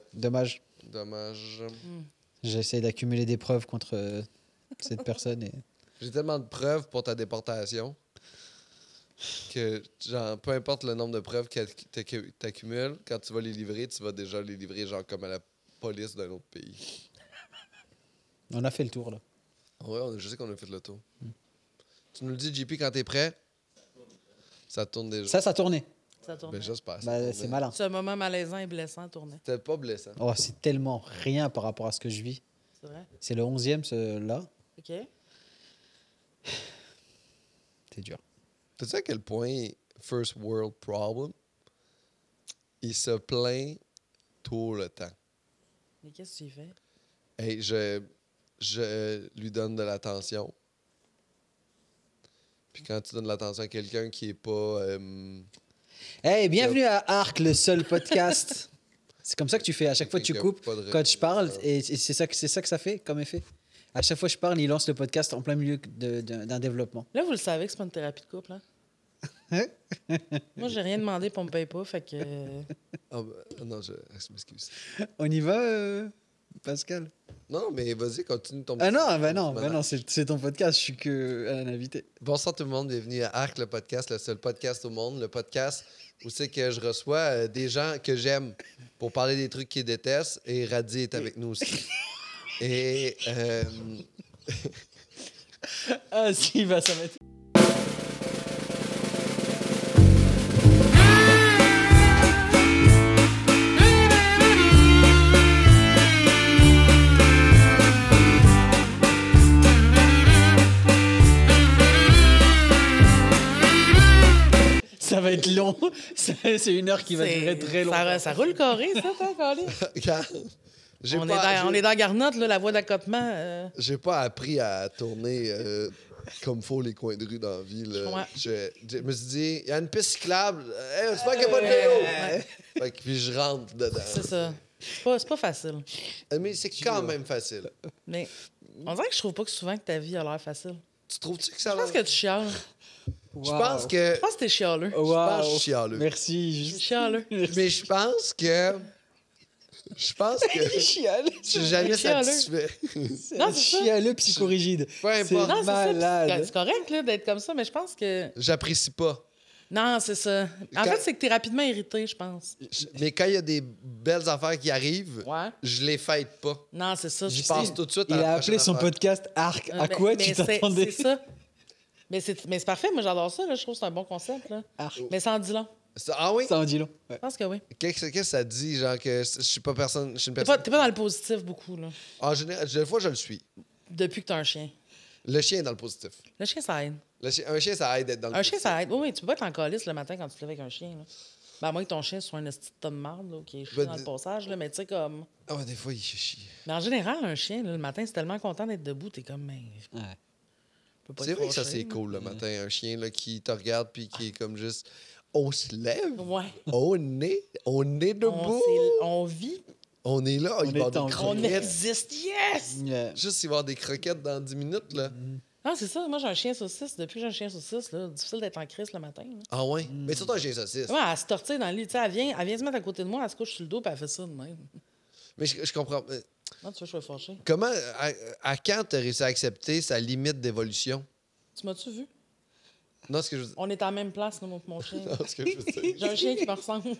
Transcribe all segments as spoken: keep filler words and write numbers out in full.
Dommage. Dommage. Mm. J'essaie d'accumuler des preuves contre euh, cette personne. Et... J'ai tellement de preuves pour ta déportation que, genre, peu importe le nombre de preuves que tu accumules, quand tu vas les livrer, tu vas déjà les livrer, genre, comme à la police d'un autre pays. On a fait le tour, là. Ouais, on, je sais qu'on a fait le tour. Mm. Tu nous le dis, J P, quand t'es prêt? Ça tourne déjà. Ça, ça tournait. Ça tourne. Ben, j'espère. Bah, c'est malin. Ce moment malaisant et blessant tournait. C'était pas blessant. Oh, c'est tellement rien par rapport à ce que je vis. C'est vrai? C'est le onzième, ce là. OK. C'est dur. Tu sais à quel point First World Problem, il se plaint tout le temps. Mais qu'est-ce que tu fais? Hey, je, je lui donne de l'attention. Puis quand tu donnes de l'attention à quelqu'un qui est pas... Euh, Hey, bienvenue à Arc, le seul podcast. C'est comme ça que tu fais. À chaque fois, tu coupes quand je parle. Et et c'est ça, que- c'est ça que ça fait comme effet. À chaque fois que je parle, il lance le podcast en plein milieu de- de- d'un développement. Là, vous le savez que c'est pas une thérapie de couple, hein? Moi, j'ai rien demandé pour me payer pas, fait que... euh, Ah, ben, non, je, je m'excuse. On y va, euh, Pascal? Non, mais vas-y, continue ton... Ah non, petit- bah non, ton bah manège. non c'est c'est ton podcast. Je suis que un invité. Bonsoir tout le monde, bienvenue à Arc, le podcast, le seul podcast au monde. Le podcast où c'est que je reçois euh, des gens que j'aime pour parler des trucs qu'ils détestent. Et Radzi est avec nous aussi. Et... Euh, Ah si, bah ça va être... Ça va être long. C'est c'est une heure qui va c'est- durer très longtemps. Ça, ça roule carré, ça, toi, Carly? quand- j'ai On, est pas- dans, on j'ai- est dans Garnotte, là, la voie d'accotement. euh, J'ai pas appris à tourner euh, comme faut les coins de rue dans la ville. Je comprends. Je, je me suis dit, il y a une piste cyclable. Hey, j'espère qu'il n'y a pas de vélo. Ouais. Fait que, puis je rentre dedans. C'est ça. C'est pas, c'est pas facile. Mais c'est quand même facile. Mais on dirait que je trouve pas que souvent que ta vie a l'air facile. Tu trouves-tu que ça Je pense que tu chiales. Je pense que. Je pense que t'es chialeux. Wow. pense que je suis chialeux. Merci. T'es chialeux. Mais je pense que. Je pense que. Chialeux. Je suis jamais Chialeux. satisfait. Non, c'est ça. Chialeux psychorigide. Peu C'est importe. Non, c'est ça. puis malade. C'est correct là, d'être comme ça, mais je pense que... J'apprécie pas. Non, c'est ça. En Quand- fait, c'est que t'es rapidement irrité, je pense. Je- Mais quand il y a des belles affaires qui arrivent, Ouais. je les fête pas. Non, c'est ça. Je c'est- passe tout de suite à Il la a appelé prochaine son affaire. podcast Arc. À Mais- quoi mais tu c'est- t'attendais? C'est ça. Mais c'est mais c'est parfait. Moi, j'adore ça. Là. Je trouve que c'est un bon concept. Là. Arc. Mais ça en dit long. Ça- Ah oui? Euh, Ça en dit long. Ouais. Je pense que oui. Qu'est-ce qu'est-ce que ça dit, genre que je suis pas personne. Je suis une T'es personne. pas, t'es pas dans le positif beaucoup. Là. En général, des fois, je le suis. Depuis que t'as un chien. Le chien est dans le positif. Le chien, ça aide. Le chien- un chien, ça aide d'être dans le Un chien, positif. ça aide. Oui, oui, tu peux pas être en calice le matin quand tu te lèves avec un chien. Là. Ben, à moins que ton chien soit un esti de tonne de marde là, qui est chié Ben, dans le d- passage. Là, mais tu sais, comme. Ah, ouais, des fois, il fait chier. Mais en général, un chien, là, le matin, c'est tellement content d'être debout, t'es comme. Mais, Ouais. peut pas C'est être vrai que ça, fâché, c'est là. cool le matin, un chien là, qui te regarde puis qui est comme juste. On se lève, Ouais. on est, on est On, debout, s'est- on vit, on est là, il On va y avoir est en des vie. on croquettes. existe. Yes! Yeah. Juste, il va y avoir des croquettes dans dix minutes, là. Ah, c'est ça. Moi, j'ai un chien saucisse. Depuis que j'ai un chien saucisse, là, difficile d'être en crise le matin. là. Ah ouais? Mais surtout un chien saucisse. Ouais, elle se tortille dans le lit. Tu sais, elle vient, elle vient se mettre à côté de moi, elle se couche sur le dos, puis elle fait ça de même. Mais je, je comprends. euh, Non, tu vois, je suis fâché. Comment, à, à quand tu as réussi à accepter sa limite d'évolution? Tu m'as-tu vu? Non, ce que je veux On est à la même place, nous, mon, mon chien. non, ce que je veux dire. J'ai un chien qui me ressemble.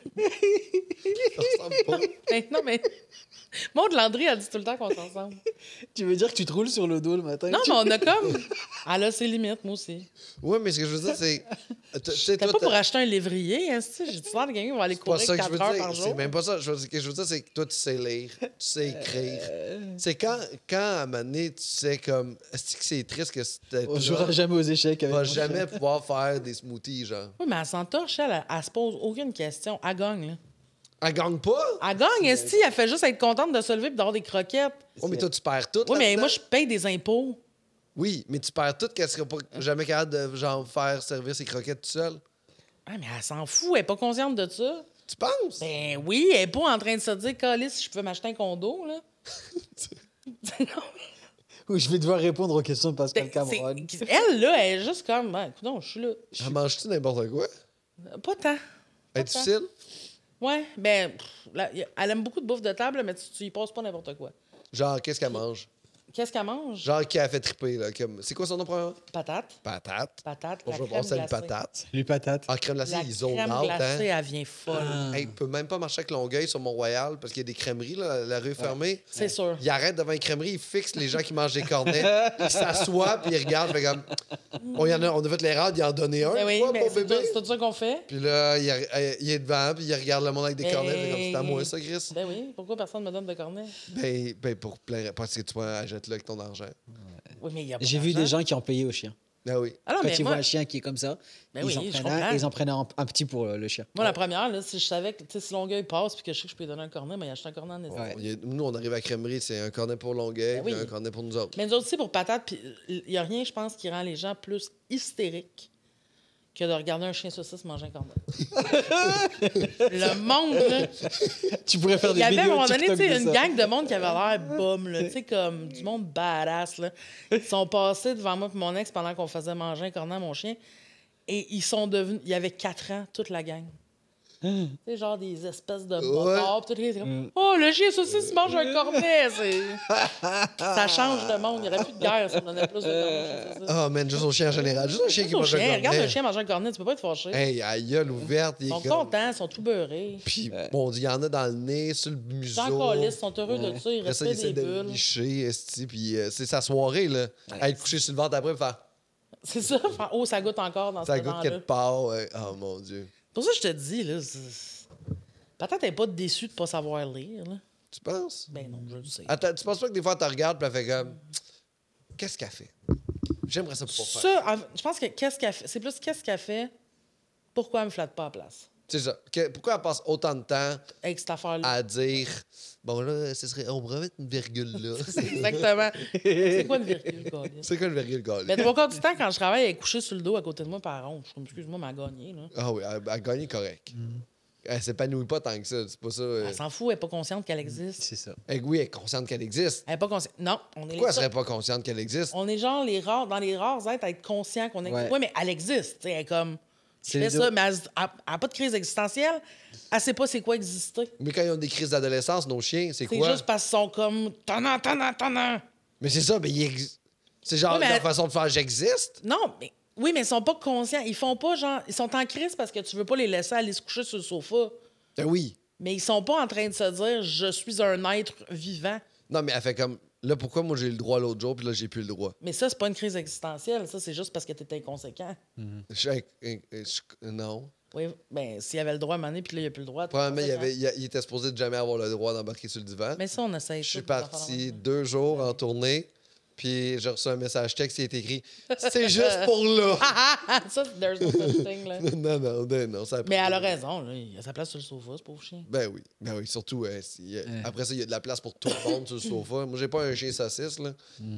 Ça ressemble pas. Ben, non, mais. Maud Landry, elle dit tout le temps qu'on s'ensemble. Tu veux dire que tu te roules sur le dos le matin? Non, mais on a comme. Elle a ses limites, moi aussi. Ouais, mais ce que je veux dire, c'est. Tu sais, T'as toi, pas t'as- pour acheter un lévrier, hein, si? J'ai-tu l'air de quelqu'un qui va aller C'est pas courir ça que je quatre veux heures dire. par C'est jour? même pas ça. Je veux dire- Ce que je veux dire, c'est que toi, tu sais lire. Tu sais écrire. C'est quand, quand, à un moment donné, tu sais comme. Est-ce que c'est triste que c'était. On jouera jamais aux échecs Tu avec vas mon chien. jamais pouvoir faire des smoothies, genre. Oui, mais elle s'entorche, elle, elle, elle se pose aucune question. Elle gagne, là. Elle gagne pas? Elle gagne, Esti, elle fait juste être contente de se lever et d'avoir des croquettes. Oh, mais toi, tu perds tout. Oui, mais là-dedans. moi, je paye des impôts. Oui, mais tu perds tout qu'elle serait pas jamais capable de genre, faire servir ses croquettes tout seul. Ah, mais elle s'en fout, elle est pas consciente de ça. Tu penses? Ben oui, elle est pas en train de se dire, Calice, si je peux m'acheter un condo, là. non, Oui, je vais devoir répondre aux questions de Pascal mais Cameron. c'est- elle, là, elle est juste comme, ben, non, je suis là. Elle mange-tu n'importe quoi? Pas tant. Elle est difficile? Ouais, ben, pff, là, y a- elle aime beaucoup de bouffe de table, mais tu, tu y passes pas n'importe quoi. Genre, qu'est-ce qu'elle mange? Qu'est-ce qu'elle mange? Genre, qui a fait triper, là? Comme... C'est quoi son nom, premièrement? Patate. Patate. Patate, Bon, la je vais crème passer à une glacée. patate. Les patates. Ah, crème glacée, La ils ont crème out, glacée, hein? elle vient folle. Hey, il peut même pas marcher avec Longueuil sur Mont-Royal parce qu'il y a des crèmeries, là, la rue est fermée. C'est sûr. Il arrête devant une crèmerie, il fixe les gens qui mangent des cornets. Il s'assoit, puis il regarde, fait comme... On, y en a, on a fait l'erreur d'y en donner un, Ben oui, quoi, mais pour c'est bébé. tout, c'est tout ça qu'on fait. Puis là, il, a- il est devant, puis il regarde le monde avec des Ben- cornets. Fait comme, c'est à moi, ça, Chris? Ben oui, pourquoi personne me donne de cornet? Ben, ben pour plein... Parce que tu peux achèter là avec ton argent. Oui, mais il y a pas J'ai vu d'argent. des gens qui ont payé au chien. Ah oui. Ah non, Quand mais ils moi, voient un chien qui est comme ça, Ben ils, oui, en je prennent comprends. un, et ils en prennent un, un petit pour le, le chien. moi, la première, là, si je savais que tu sais, si Longueuil passe puis que je sais que je peux lui donner un cornet, mais il achète un cornet en esti. Ouais. Il y a- Nous, on arrive à la crèmerie, c'est un cornet pour Longueuil, Ben oui. puis un cornet pour nous autres. Mais nous autres aussi, pour patate, puis il n'y a rien, je pense, qui rend les gens plus hystériques que de regarder un chien saucisse manger un cornet. Le monde, là. Tu pourrais faire Il des y avait à un vidéos moment donné, TikTok tu sais, de une ça. gang de monde qui avait l'air bum, là, tu sais, comme du monde badass, là. Ils sont passés devant moi et mon ex pendant qu'on faisait manger un cornet à mon chien. Et ils sont devenus... Il y avait quatre ans, toute la gang. Tu sais, genre des espèces de motards. Puis tout le monde était comme, oh, le chien saucisse mange un cornet. C'est... Ça change de monde. Il n'y aurait plus de guerre si on donnait plus de cornet. Ah, man, juste au chien en général. Juste un chien qui mange un chien. cornet. Regarde le chien manger un cornet, tu peux pas être fâché. Hey, à gueule ouverte. Ils il sont est comme- contents, ils sont tout beurrés. Puis, bon, il y en a dans le nez, sur le Ils museau. sont encore lisses, ils sont heureux de ça, ils Après ça, il respectent essaie des de bulles. licher, esti, puis euh, c'est sa soirée, là. À être couché sur le ventre après, faire C'est ça. Faire, oh, ça goûte encore dans ça ce goûte vent-là. quelque part. Ouais. Oh mon Dieu. Pour ça, je te dis, là, c'est- peut-être elle n'est pas déçue de ne pas savoir lire. Là. Tu penses? Ben non, je le sais. Attends, tu penses pas que des fois, tu regardes, puis elle fait comme. Qu'est-ce qu'elle fait? J'aimerais ça pouvoir faire. Ça, en- je pense que qu'est-ce qu'elle fait, c'est plus qu'est-ce qu'elle fait, pourquoi elle me flatte pas à place. C'est ça. Que- pourquoi elle passe autant de temps Avec cette affaire-là. à dire. Bon, là, ce serait. On pourrait mettre une virgule là. Exactement. C'est quoi une virgule, Colin? C'est quoi une virgule, gars? Mais trois quarts du temps, quand je travaille, elle est couchée sur le dos à côté de moi par ronde. Je suis comme, excuse-moi, m'a gagné. Là. Ah oui, elle, elle a gagné correct. Elle s'épanouit pas tant que ça. C'est pas ça. euh. Elle s'en fout, elle n'est pas consciente qu'elle existe. C'est ça. Eh oui, elle est consciente qu'elle existe. Elle n'est pas consciente. Non, on est Pourquoi les elle seuls- serait pas consciente qu'elle existe? On est genre les rares, dans les rares êtres à être conscient qu'on existe. Ouais. Oui, mais elle existe. tu sais, Elle est comme. Je C'est fais les ça, deux. mais elle n'a pas de crise existentielle. Elle sait pas c'est quoi exister. Mais quand ils ont des crises d'adolescence, nos chiens, c'est C'est quoi? juste parce qu'ils sont comme. Tannant, tannant, tannant. Mais c'est ça, mais ils ex- c'est genre Oui, mais leur elle- façon de faire j'existe. Non, mais. Oui, mais ils sont pas conscients. Ils font pas genre. Ils sont en crise parce que tu veux pas les laisser aller se coucher sur le sofa. Ben oui. Mais ils sont pas en train de se dire je suis un être vivant. Non, mais elle fait comme. Là, pourquoi moi j'ai eu le droit l'autre jour, puis là, j'ai plus le droit? Mais ça, c'est pas une crise existentielle. Ça, c'est juste parce que tu es inconséquent. Je suis inc- inc- je- non. Oui, ben, s'il avait le droit à maner, puis là, il a plus le droit. t'es Probablement, il, conséquent. avait, il, a- il était supposé de jamais avoir le droit d'embarquer sur le divan. Mais ça, on essaye. Je ça, suis des affaires parti de même. deux jours en tournée, puis j'ai reçu un message texte qui est écrit c'est juste pour là. Ça, there's no such thing, là. non, non, non, non, ça a pris- Mais elle a raison, là. Il a sa place sur le sofa, ce pauvre chien. Ben oui, ben oui, surtout, euh, si, euh, après ça, il y a de la place pour tout le monde sur le sofa. Moi, j'ai pas un chien saucisse, là.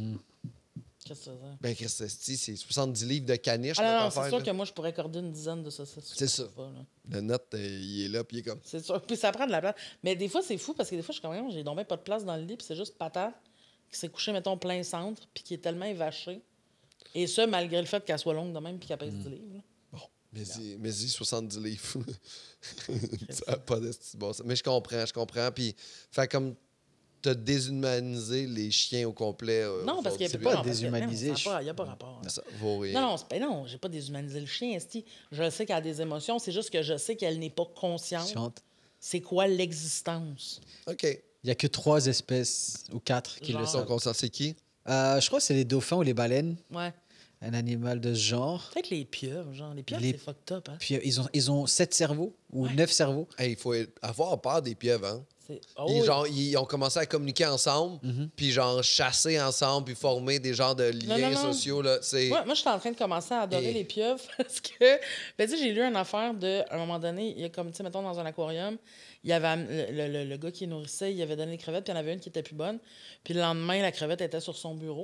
Qu'est-ce que ça veut dire? Ben, Christy, c'est soixante-dix livres de caniche. Ah non, notre non, c'est affaire, sûr là. que moi, je pourrais accorder une dizaine de saucisses. sur C'est le ça. sofa, là. Le note, euh, il est là, puis il est comme. C'est sûr. Puis ça prend de la place. Mais des fois, c'est fou parce que des fois, je suis quand même, j'ai donc bien pas de place dans le lit, puis c'est juste patate qui s'est couchée, mettons, plein centre, puis qui est tellement évachée. Et ça, malgré le fait qu'elle soit longue de même, puis qu'elle pèse dix livres. là. Bon, mais y mais y soixante-dix livres. Ça n'a pas de style bon sens. Mais je comprends, je comprends. Puis, fait comme. T'as déshumanisé les chiens au complet. euh, Non, parce qu'il n'y a aujourd'hui. pas pas déshumanisé. Il n'y a pas rapport. là. Ça vaut rien. Non, non, c'est- ben non, j'ai pas déshumanisé le chien, esti. Je sais qu'elle a des émotions, c'est juste que je sais qu'elle n'est pas consciente. Consciente. C'est quoi l'existence? OK. Il n'y a que trois espèces ou quatre qui Genre. le Ils sont savent. conscients, c'est qui? Euh, je crois que c'est les dauphins ou les baleines, Ouais. un animal de ce genre. Peut-être les pieuvres, genre. Les pieuvres, Les- c'est fucked up, hein? Puis euh, ils ont, ils ont sept cerveaux ou neuf cerveaux. Hey, il faut avoir peur des pieuvres, hein? C'est... Oh, Ils, oui. genre, ils ont commencé à communiquer ensemble, Mhm. puis genre chasser ensemble, puis former des genres de liens Non, non, non. sociaux. Là. C'est... Moi, moi je suis en train de commencer à adorer Et- les pieuvres parce que, ben, tu sais, j'ai lu une affaire de, à un moment donné, il y a comme, tu sais, mettons, dans un aquarium, il y avait am- le, le- le gars qui nourrissait, il avait donné les crevettes, puis il y en avait une qui était plus bonne. Puis le lendemain, la crevette était sur son bureau.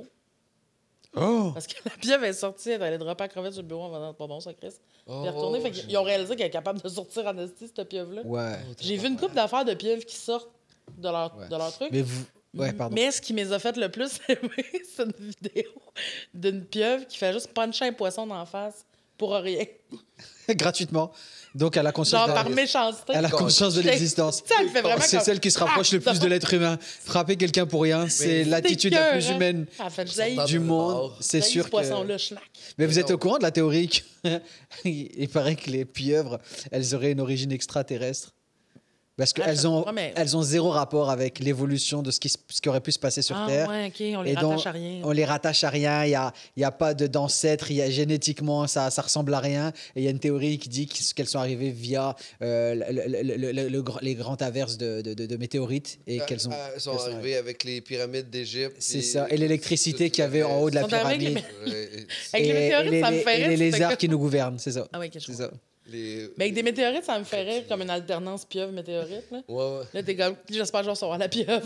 Oh! Parce que la pieuvre est sortie, elle allait dropper la crevette sur le bureau en faisant pas bon, ça, Chris. Puis elle est Oh, retournée. Fait qu'ils ont réalisé qu'elle est capable de sortir en esti, cette pieuvre-là. Ouais. J'ai vu une couple d'affaires de pieuvres qui sortent de leur, Ouais. de leur truc. Mais vous. Ouais, pardon. Mais ce qui me les a fait le plus aimer, c'est une vidéo d'une pieuvre qui fait juste puncher un poisson d'en face pour rien. Gratuitement. Donc, elle a conscience, Genre de, par méchanceté. elle a conscience de l'existence. Ça, elle fait vraiment C'est comme... celle qui se rapproche Ah, le plus de l'être humain. Frapper quelqu'un pour rien, c'est l'attitude la plus humaine Ah, fait, j'haïs- du monde. C'est j'haïs sûr ce que... poisson-là, schnack. Mais vous Mais êtes non. au courant de la théorie que... Il paraît que les pieuvres, elles auraient une origine extraterrestre. Parce Ah, qu'elles ça- ont, ouais, mais- elles ont zéro rapport avec l'évolution de ce qui, se- ce qui aurait pu se passer sur Ah, Terre. ouais, OK, on les Et donc, rattache à rien. on les rattache à rien. Il n'y a, il y a pas de- d'ancêtres. Il y a, génétiquement, ça, ça ressemble à rien. Et il y a une théorie qui dit qu'elles sont arrivées via euh, le- le- le- le- le gr- les grands averses de, de- de- de météorites. Et qu'elles ont, Euh, Elles sont qu'elles sont arrivées avec les pyramides d'Égypte. C'est puis- ça. Et l'électricité qu'il y avait en haut de la Ils sont arrivés pyramide. avec Ouais, et- Avec les Et- météorites, et les, ça me fait et rire. les c'était lézards comme- qui nous gouvernent, c'est ça. Ah oui, quelque C'est chose. ça. les- Mais avec des météorites, ça me fait rire comme une alternance pieuvre-météorite. Là, Ouais, ouais. là t'es comme, j'espère que je vais recevoir la pieuvre.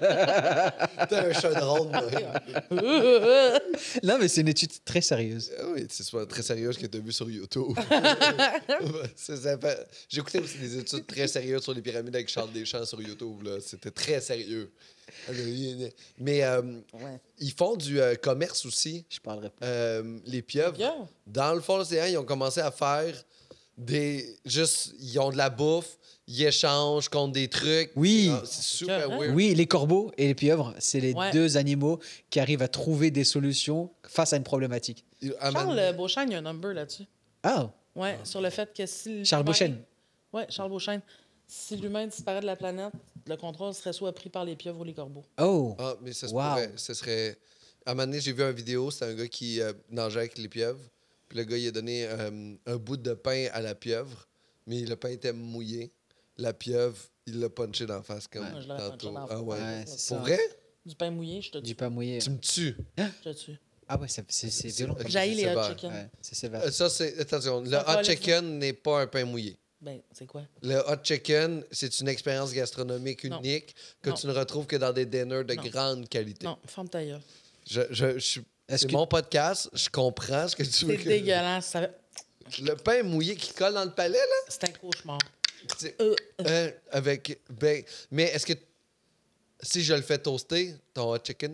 T'as un chaudron. moi. Non, mais c'est une étude très sérieuse. Ah oui, c'est soit très sérieux ce que tu as vu sur YouTube. C'est sympa. J'écoutais aussi des études très sérieuses sur les pyramides avec Charles Deschamps sur YouTube. là. C'était très sérieux. Mais euh, Ouais. ils font du euh, commerce aussi. Je parlerai pas. Euh, les pieuvres. Pieuvre? Dans le fond de l'océan, ils ont commencé à faire des. Juste, ils ont de la bouffe, ils échangent contre des trucs. Oui. Ah, c'est super Écœurant. weird. Oui, les corbeaux et les pieuvres, c'est les Ouais. deux animaux qui arrivent à trouver des solutions face à une problématique. À un moment Charles donné- euh, Beauchesne, il y a un number là-dessus. Ah, Ouais, sur le fait que si. Charles l'humain- Beauchesne. Ouais, Charles Beauchesne. Si l'humain disparaît de la planète, le contrôle serait soit pris par les pieuvres ou les corbeaux. Oh, Ah, mais ça se Wow. pourrait. Ce serait. À un moment donné, j'ai vu une vidéo, c'était un gars qui euh, nageait avec les pieuvres. Puis le gars, il a donné euh, un bout de pain à la pieuvre, mais le pain était mouillé. La pieuvre, il l'a punché d'en face comme Ouais, je l'aurais punché tantôt. d'en face. Ah ouais. Ouais, c'est Pour ça. vrai? Du pain mouillé, je te du tue. pain mouillé. Tu me tues. Je te tue. Ah ouais, c'est c'est- c'est violent. Ok. J'haïs les hot sévère. chicken. Ouais, c'est sévère. Euh, Ça, c'est. Attention, le Ça va, hot les- chicken n'est pas un pain mouillé. Ben, c'est quoi? Le hot chicken, c'est une expérience gastronomique Non. unique que Non. tu ne retrouves que dans des dinners de Non. grande qualité. Non, ferme ta gueule. Je, je, je suis- Est-ce c'est que- mon podcast, je comprends ce que tu veux C'est que... dégueulasse. Ça... fait- Le pain mouillé qui colle dans le palais, là? C'est un cauchemar. C'est- Euh, euh, avec... Ben, mais est-ce que... Si je le fais toaster, ton hot chicken,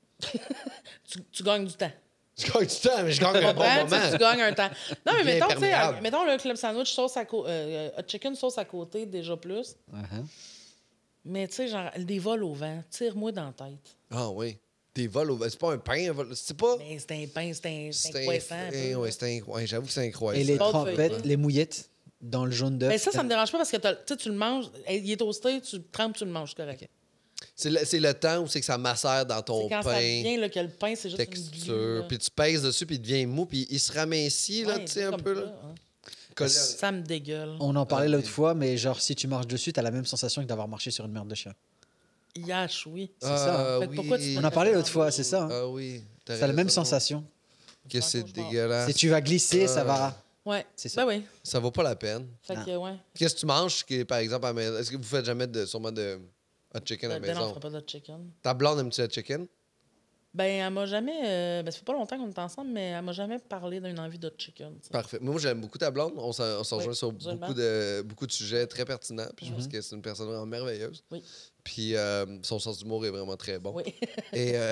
tu, tu gagnes du temps. je gagne du temps, mais je gagne un bon Comprends? Tu sais, moment. Tu gagnes un temps. Non, mais Bien mettons, tu sais, perméable. mettons le club sandwich sauce à côté, hot chicken sauce à côté, déjà plus. Uh-huh. Mais tu sais, genre, des vols au vent, tire-moi dans la tête. Ah oui. Des vols au... C'est pas un pain, un vol... C'est pas... Ben, c'est un pain, c'est un, c'est un C'est croissant. un un... peu, eh, là. ouais, c'est un... ouais, j'avoue que c'est un Et croissant. les Pâte trempettes, feuilletée. les mouillettes dans le jaune d'œuf. Ben, ça, ça me dérange pas parce que t'as- tu sais, tu le manges, il est toasté, tu le trempes, tu le manges, c'est correct. C'est le, c'est le temps où c'est que ça macère dans ton C'est quand ça pain, vient là, que le pain, c'est juste une texture, glu, là. puis tu pèses dessus, puis il devient mou, puis il se ramincit, là, Ouais, tu sais, c'est un comme peu, ça, là. hein. Collé à- Ça me dégueule. On en parlait Ah, l'autre oui. fois, mais genre, si tu marches dessus, t'as la même sensation que d'avoir marché sur une merde de chien. Yash, oui. C'est ça. Fait que pourquoi tu oui. On en parlait l'autre fois, c'est ça. hein. Ah oui. t'as T'as la même raison. sensation. Que c'est Cauchemar. dégueulasse. Si tu vas glisser, ça Ah. va. Ouais. C'est ça. Ben oui. Ça vaut pas la peine. Fait Ah. que, ouais. Qu'est-ce que tu manges, qui, par exemple, à la maison? Est-ce que vous faites jamais de, sûrement de hot chicken à la Ben non, on maison? fera pas de hot chicken. Ta blonde aime-tu le chicken? Ben, elle m'a jamais. euh, ben, ça fait pas longtemps qu'on est ensemble, mais elle m'a jamais parlé d'une envie de hot chicken. tu sais. Parfait. Moi, j'aime beaucoup ta blonde. On s'en on s'en Oui, rejoint sur absolument. beaucoup de, beaucoup de sujets très pertinents. Puis je pense que c'est une personne vraiment merveilleuse. Oui. Puis euh, son sens d'humour est vraiment très bon. Oui. Et, euh,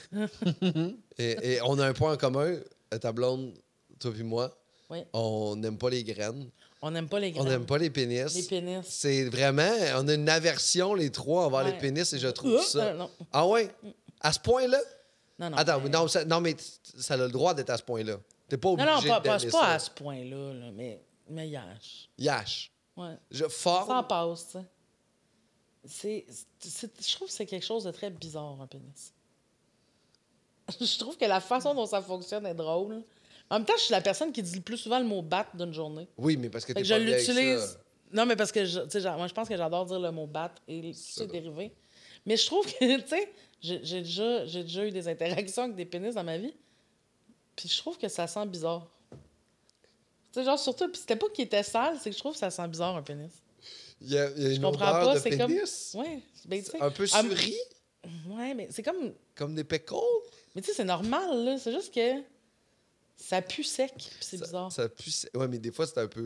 et, et on a un point en commun, ta blonde, toi puis moi. Oui. On n'aime pas les graines. On n'aime pas les On graines. n'aime pas les pénis. Les pénis. C'est vraiment... On a une aversion, les trois, envers Ouais. les pénis et je trouve Euh, ça... euh, non. Ah ouais? À ce point-là? Non, non. Attends, mais- non, ça, non, mais t- ça a le droit d'être à ce point-là. T'es pas Non, obligé non, pas, pas, d'aimer c'est pas ça. à ce point-là, là, mais, mais yash. Yash. Ouais. Je Ça en forme... passe, tu sais. C'est, c'est- je trouve que c'est quelque chose de très bizarre, un pénis. Je trouve que la façon dont ça fonctionne est drôle. En même temps, je suis la personne qui dit le plus souvent le mot battre d'une journée. Oui, mais parce que Fait t'es que pas je bien avec l'utilise. ça. Non, mais parce que je, tu sais, genre, moi, je pense que j'adore dire le mot battre et tous Ça. ses dérivés. Mais je trouve que, tu sais, j'ai j'ai déjà, j'ai déjà eu des interactions avec des pénis dans ma vie. Puis je trouve que ça sent bizarre. Tu sais, genre, surtout, puis c'était pas qu'il était sale, c'est que je trouve que ça sent bizarre, un pénis. Il y a, il y a Je une comprends odeur pas, de c'est comme. pénis. Ouais, ben, tu sais. Un peu Ah, suri, Ouais, mais c'est comme. comme des pécos. Mais tu sais, c'est normal, là. C'est juste que ça pue sec, puis c'est Ça- bizarre. Ça pue... Ouais, mais des fois, c'est un peu...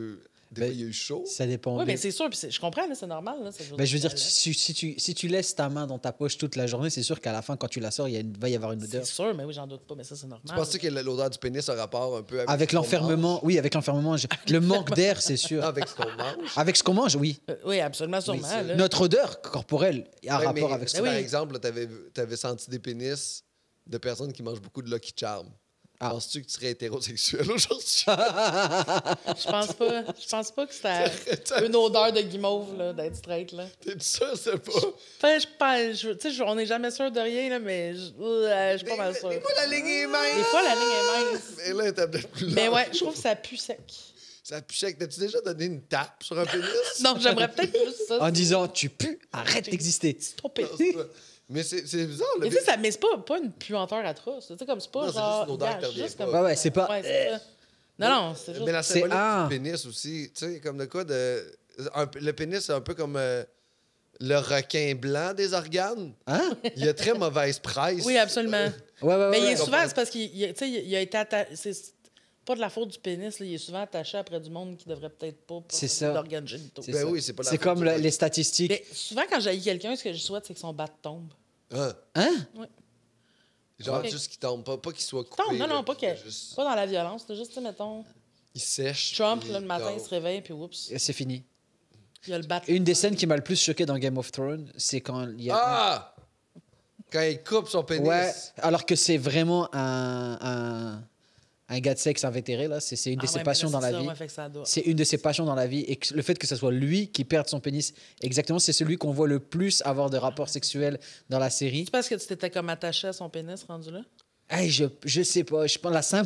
Des Ben, fois, il y a eu chaud. Ça dépend. Oui, mais mais c'est sûr, puis c'est- je comprends, là, c'est normal. Là, c'est ben, je veux dire, c'est- si, si tu, si tu laisses ta main dans ta poche toute la journée, c'est sûr qu'à la fin, quand tu la sors, il y a une- va y avoir une odeur. C'est sûr, mais oui, j'en doute pas, mais ça, c'est normal. Tu penses que l'odeur du pénis a rapport un peu avec, Avec ce qu'on l'enfermement, oui, avec l'enfermement, je- le manque d'air, c'est mange? sûr. Avec ce qu'on mange. Avec ce qu'on mange, oui. Euh, oui, absolument, sûrement. c'est- là. Notre odeur corporelle a Ouais, rapport mais avec si, ça. Ben par oui. exemple, tu avais senti des pénis de personnes qui mangent beaucoup de Lucky Charm. Ah. Penses-tu que tu serais hétérosexuel aujourd'hui? Je pense pas. Je pense pas que c'était une odeur de guimauve, là, d'être straight, là. T'es sûr, c'est pas. Enfin, je pense. je- Tu sais, je- on n'est jamais sûr de rien, là, mais je euh, je suis pas mal sûr. Des fois, la ligne est mince. Des fois, la ligne est mince. Mais là, t'as peut-être plus Mais large. ouais, je trouve que ça pue sec. Ça pue sec. T'as-tu déjà donné une tape sur un pénis? Non, j'aimerais peut-être plus ça. En disant, tu pues, arrête d'exister. Stopper. Non, c'est pas- Mais c'est c'est bizarre, le Mais tu sais, ça, mais c'est pas, pas une puanteur atroce. Tu sais, comme c'est pas Non, c'est genre. juste une odeur gars, qui te revient juste pas. comme- Ouais, ouais, c'est pas- Ouais, c'est ça. Non, non, c'est juste. Mais la C'est symbolique un. du pénis aussi, tu sais, comme de quoi de. un- le pénis, c'est un peu comme euh, le requin blanc des organes. Hein? Il a très mauvaise presse. Oui, absolument. Ouais, ouais, Mais il ouais. est souvent, c'est parce qu'il il- tu sais, il il a été attaché. C'est pas de la faute du pénis, là, il est souvent attaché après du monde qui devrait peut-être pas. C'est ça. D'organes génitaux. C'est Ben ça. oui, c'est pas la C'est faute comme du le- mec. les statistiques. Mais souvent, quand j'ai quelqu'un, ce que je souhaite, c'est que son bat tombe. Hein? Hein? Genre, Ok. juste qu'il tombe, pas, pas qu'il soit coupé. Tombe, non, là, non, pas, puis que, qu'il juste- pas dans la violence. C'est juste, tu sais, mettons, Il sèche. Trump, puis là, le matin, il il se réveille, puis oups, C'est fini. il y a le bat. Une des scènes qui m'a le plus choqué dans Game of Thrones, c'est quand il y a. Ah! Quand il coupe son pénis. Ouais, alors que c'est vraiment un, un, un gars de sexe invétéré, là. C'est c'est une de Ah ses ouais, mais passions là, dans c'est la ça, vie. ouais, fait que ça doit. C'est une de ses passions dans la vie. Et que le fait que ce soit lui qui perde son pénis, exactement, c'est celui qu'on voit le plus avoir de rapports sexuels dans la série. C'est parce que tu t'étais comme attaché à son pénis rendu là? Hey, je, je sais pas, je pense la simple.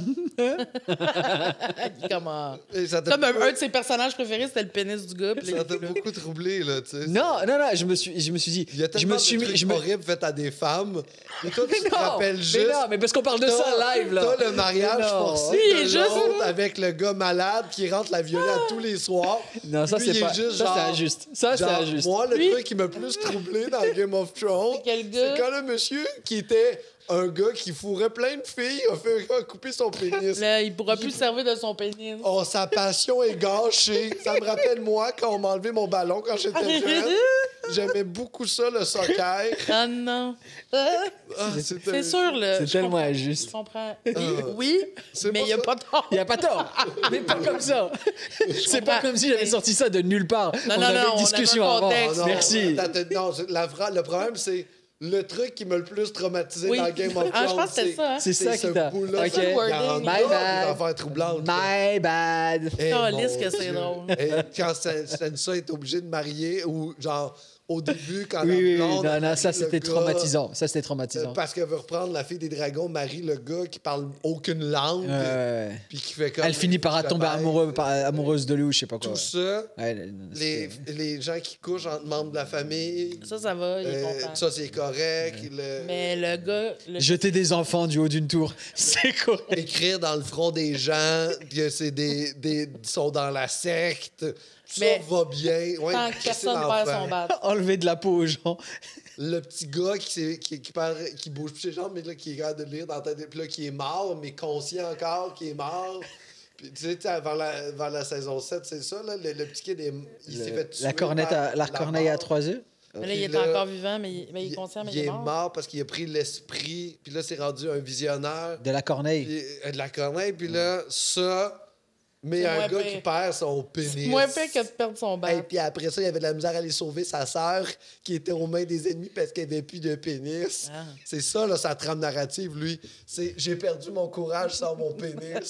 comme un, Et ça t'a comme un, beaucoup- un de ses personnages préférés, c'était le pénis du gars. Puis là, Ça t'a il était là. beaucoup troublé, là, tu sais. Non, non, non, je me suis, je me suis dit. Il y a je tellement me suis de mis. trucs Je me... horribles faits à des femmes. Et toi, tu te Non, rappelles mais juste... non, mais parce qu'on parle de ça T'as- live, là. T'as le mariage Mais non. forcé Lui, il de est juste- l'autre avec le gars malade qui rentre la violer à tous les soirs. Non, ça, Lui, c'est il est pas. juste Ça, c'est genre- injuste. Ça, c'est Genre, injuste. moi, le Lui- truc qui m'a le plus troublé dans Game of Thrones, Quel gars? c'est quand le monsieur qui était un gars qui fourrait plein de filles a fait a coupé son pénis. Là, il pourra plus se servir de son pénis. Oh, sa passion est gâchée. Ça me rappelle, moi, quand on m'a enlevé mon ballon quand j'étais jeune. J'aimais beaucoup ça, le soccer. Ah non. Ah, Ah, c'était- c'est sûr, là. C'est je tellement comprends- injuste. Je comprends. Oui, C'est mais pas il n'y a ça. pas tort. Il n'y a pas tort. Mais pas comme ça. C'est pas comprends. comme si j'avais sorti ça de nulle part. Non, on non, avait non, on une discussion avait un avant. contexte. Oh non, Merci. attends, attends, non, c'est- la fra- le problème, c'est le truc qui m'a le plus traumatisé Oui. dans Game of Thrones. Ah, je pense que c'est ça, hein. C'est ça ce qui t'a. bout-là, Ok. ça, le wording. dans- My dans bad. des affaires troublantes. là. My bad. Eh, Calisse mon que c'est Dieu. drôle. Et quand Sansa est obligée de marier, ou genre, au début, quand Oui, la oui, oui. blonde Non, non, marie ça, le c'était gars, traumatisant. Ça, c'était euh, traumatisant. Parce qu'elle veut reprendre la fille des dragons, marie le gars qui parle aucune langue, Ouais, ouais, ouais. puis qui fait comme... Elle finit par je tomber baille. amoureux, par- amoureuse de lui ou je sais pas quoi. Tout ça, Ouais, le- les, c'était- les gens qui couchent entre membres de la famille, Ça, ça va, il est euh, content. ça, c'est correct. Le- Mais le gars... Le... Jeter des enfants du haut d'une tour, c'est correct. Écrire dans le front des gens que c'est des, des ils sont dans la secte. Ça Mais va bien. Ouais, Tant que c'est personne l'enfer. perd son bat. Enlever de la peau aux gens. Le petit gars qui, s'est- qui, qui, parle- qui bouge plus ses jambes, mais là, qui est capable de lire dans ta tête, puis là, qui est mort, mais conscient encore, qui est mort. Puis, tu sais, tu sais, avant la, avant la saison sept, c'est ça, là, le, le petit kid, est- il s'est Le- fait tuer la cornette par à, la corneille à mort. trois œufs. Mais là, il est Puis là, encore vivant, mais il, mais il est conscient, mais il, est mort. parce qu'il a pris l'esprit, puis là, c'est rendu un visionnaire. De la corneille. Puis, euh, de la corneille, puis là, ça, mais C'est un moins gars pire. qui perd son pénis. Moins pire que de perdre son bat. Et puis après ça, il avait de la misère à aller sauver sa sœur qui était aux mains des ennemis parce qu'elle avait plus de pénis. Ah. C'est ça, là, sa trame narrative, lui. C'est « J'ai perdu mon courage sans mon pénis.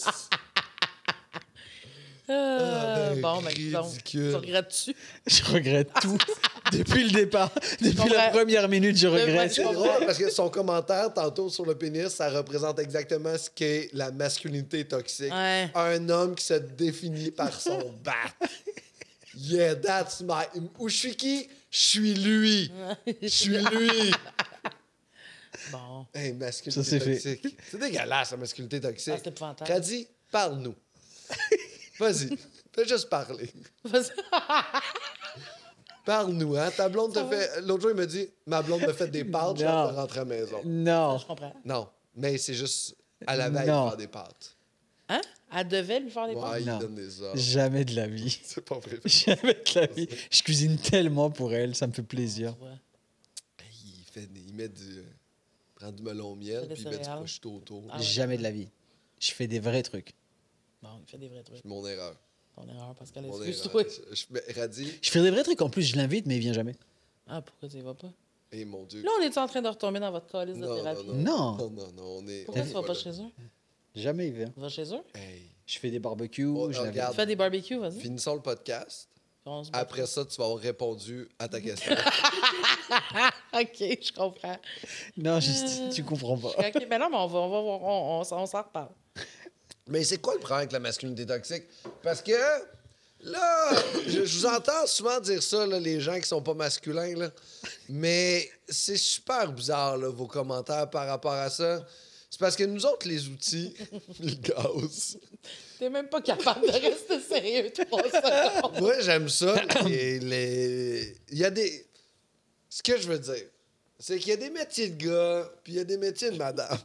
Ah, ben, bon, ben, donc, ridicule. tu regrettes-tu? Je regrette tout. Depuis le départ. Depuis la comprends. première minute, je regrette. C'est drôle parce que son commentaire tantôt sur le pénis, ça représente exactement ce qu'est la masculinité toxique. Ouais. Un homme qui se définit par son bat. Yeah, that's my... Où je suis qui? Je suis lui. Je suis lui. Bon. Hey, masculinité Ça, c'est fait. toxique. C'est dégueulasse, la masculinité toxique. Ah, c'est épouvantable. Radi, parle-nous. Vas-y, fais juste parler. Vas-y. Parle-nous, hein? Ta blonde te fait... L'autre jour, il me dit, ma blonde me fait des pâtes, j'ai Non. hâte de rentrer à la maison. Non. Je comprends. Non, mais c'est juste à la veille de Non. faire des pâtes. Hein? Elle devait lui faire des pâtes? Ouais, il Non. donne des ordres. Jamais de la vie. C'est pas vrai. Jamais de la vie. Je cuisine tellement pour elle, ça me fait plaisir. Ouais. Il, fait, il met du... euh, prend du melon au miel, Fait des puis il met du céréales. prosciutto autour. Ah ouais. Jamais de la vie. Je fais des vrais trucs. Bon, il fait des vrais trucs. C'est mon erreur. Ton erreur, Pascal. Mon Excuse-toi. erreur. Je, je, mais Radis, Je fais des vrais trucs en plus, je l'invite, mais il vient jamais. Ah, pourquoi tu y vas pas? et mon Dieu. Là, on est en train de retomber dans votre calice de non, non, thérapie? non, Non. non, non, non, on est... Pourquoi on tu est vas pas là. chez eux? Jamais il vient. Tu vas chez eux? Hey, Je fais des barbecues, Oh, je l'invite. regarde. Tu fais des barbecues, vas-y. finissons le podcast. On se bat. Après ça, tu vas avoir répondu à ta question. OK, je comprends. Non, juste, tu comprends pas. OK, ben non, mais on va, on va voir, on, on, s- on s'en reparle. Mais c'est quoi le problème avec la masculinité toxique? Parce que là, je, je vous entends souvent dire ça, là, les gens qui sont pas masculins, là. Mais c'est super bizarre, là, vos commentaires par rapport à ça. C'est parce que nous autres, les outils, le gaz. T'es même pas capable de rester sérieux trois secondes. Moi, j'aime ça. Et les... Il y a des. Ce que je veux dire, c'est qu'il y a des métiers de gars, puis il y a des métiers de madame.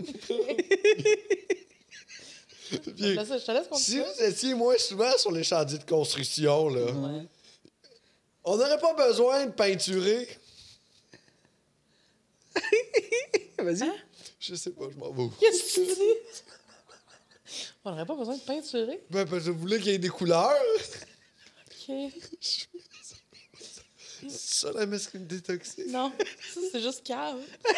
Puis, Là, ça, je te laisse si continuer. vous étiez moins souvent sur les chantiers de construction, là, Ouais. on n'aurait pas besoin de peinturer. Vas-y. Hein? Je sais pas, je m'en vais. Qu'est-ce que tu dis? On n'aurait pas besoin de peinturer. Ben, parce que je voulais qu'il y ait des couleurs. OK. C'est ça la masculinité toxique. Non, ça, c'est juste cave.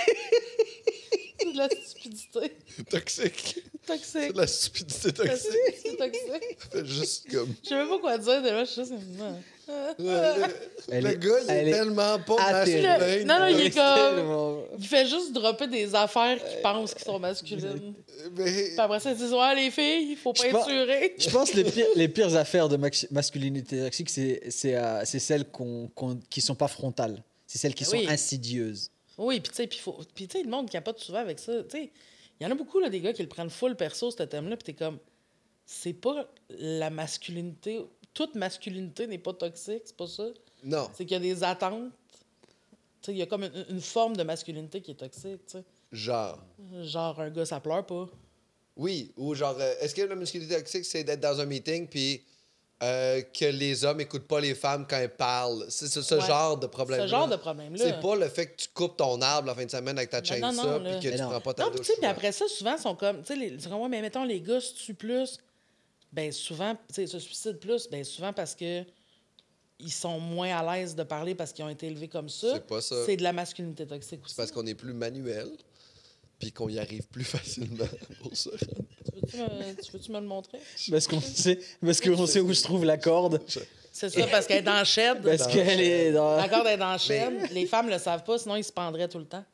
C'est de la stupidité. Toxique. C'est Toxique. de la stupidité toxique. C'est toxique. Fait juste comme. Je sais même pas quoi dire. De là, je suis juste... Non. Le, le- Elle le est- gars, il est, elle est tellement pas atterrée. masculin. Non, non, il est comme... Tellement- Il fait juste dropper des affaires qu'il pense qui sont masculines. Mais Puis après ça, ils disent « Ouais, les filles, il faut Je pense- peinturer. Je pense que les pires, les pires affaires de max- masculinité toxique, c'est c'est, euh, c'est celles qu'on, qu'on- qui sont pas frontales. C'est celles qui sont Oui. insidieuses. » Oui, puis tu sais, puis faut... puis tu sais, le monde capote souvent avec ça. Tu sais, il y en a beaucoup, là, des gars qui le prennent full perso, ce thème-là, puis t'es comme... C'est pas la masculinité... Toute masculinité n'est pas toxique, c'est pas ça. non. C'est qu'il y a des attentes. Tu sais, il y a comme une, une forme de masculinité qui est toxique, tu sais. Genre. Genre, un gars, ça pleure pas. Oui, ou genre, euh, est-ce que la masculinité toxique, c'est d'être dans un meeting puis euh, que les hommes écoutent pas les femmes quand elles parlent? C'est ce, ce Ouais. genre de problème. Ce genre de problème-là. C'est pas le fait que tu coupes ton arbre la fin de semaine avec ta Non, chainsaw non, non, là. puis que Mais tu non. prends pas ta Non, puis douche. tu sais, puis souvent. après ça, souvent, ils sont comme... Tu sais, les- ils sont comme, ouais, mais mettons, les gars se tuent plus. Ben souvent, tu sais, se suicident plus. Ben souvent parce que ils sont moins à l'aise de parler parce qu'ils ont été élevés comme ça. C'est pas ça. C'est de la masculinité toxique aussi. C'est parce qu'on est plus manuel puis qu'on y arrive plus facilement pour ça. Tu veux-tu me, tu veux-tu me le montrer? Parce qu'on sait, parce qu'on sait où se trouve la corde. C'est ça, parce qu'elle est dans le shed. Parce qu'elle est dans... La corde est dans le shed. Les femmes le savent pas, sinon ils se pendraient tout le temps.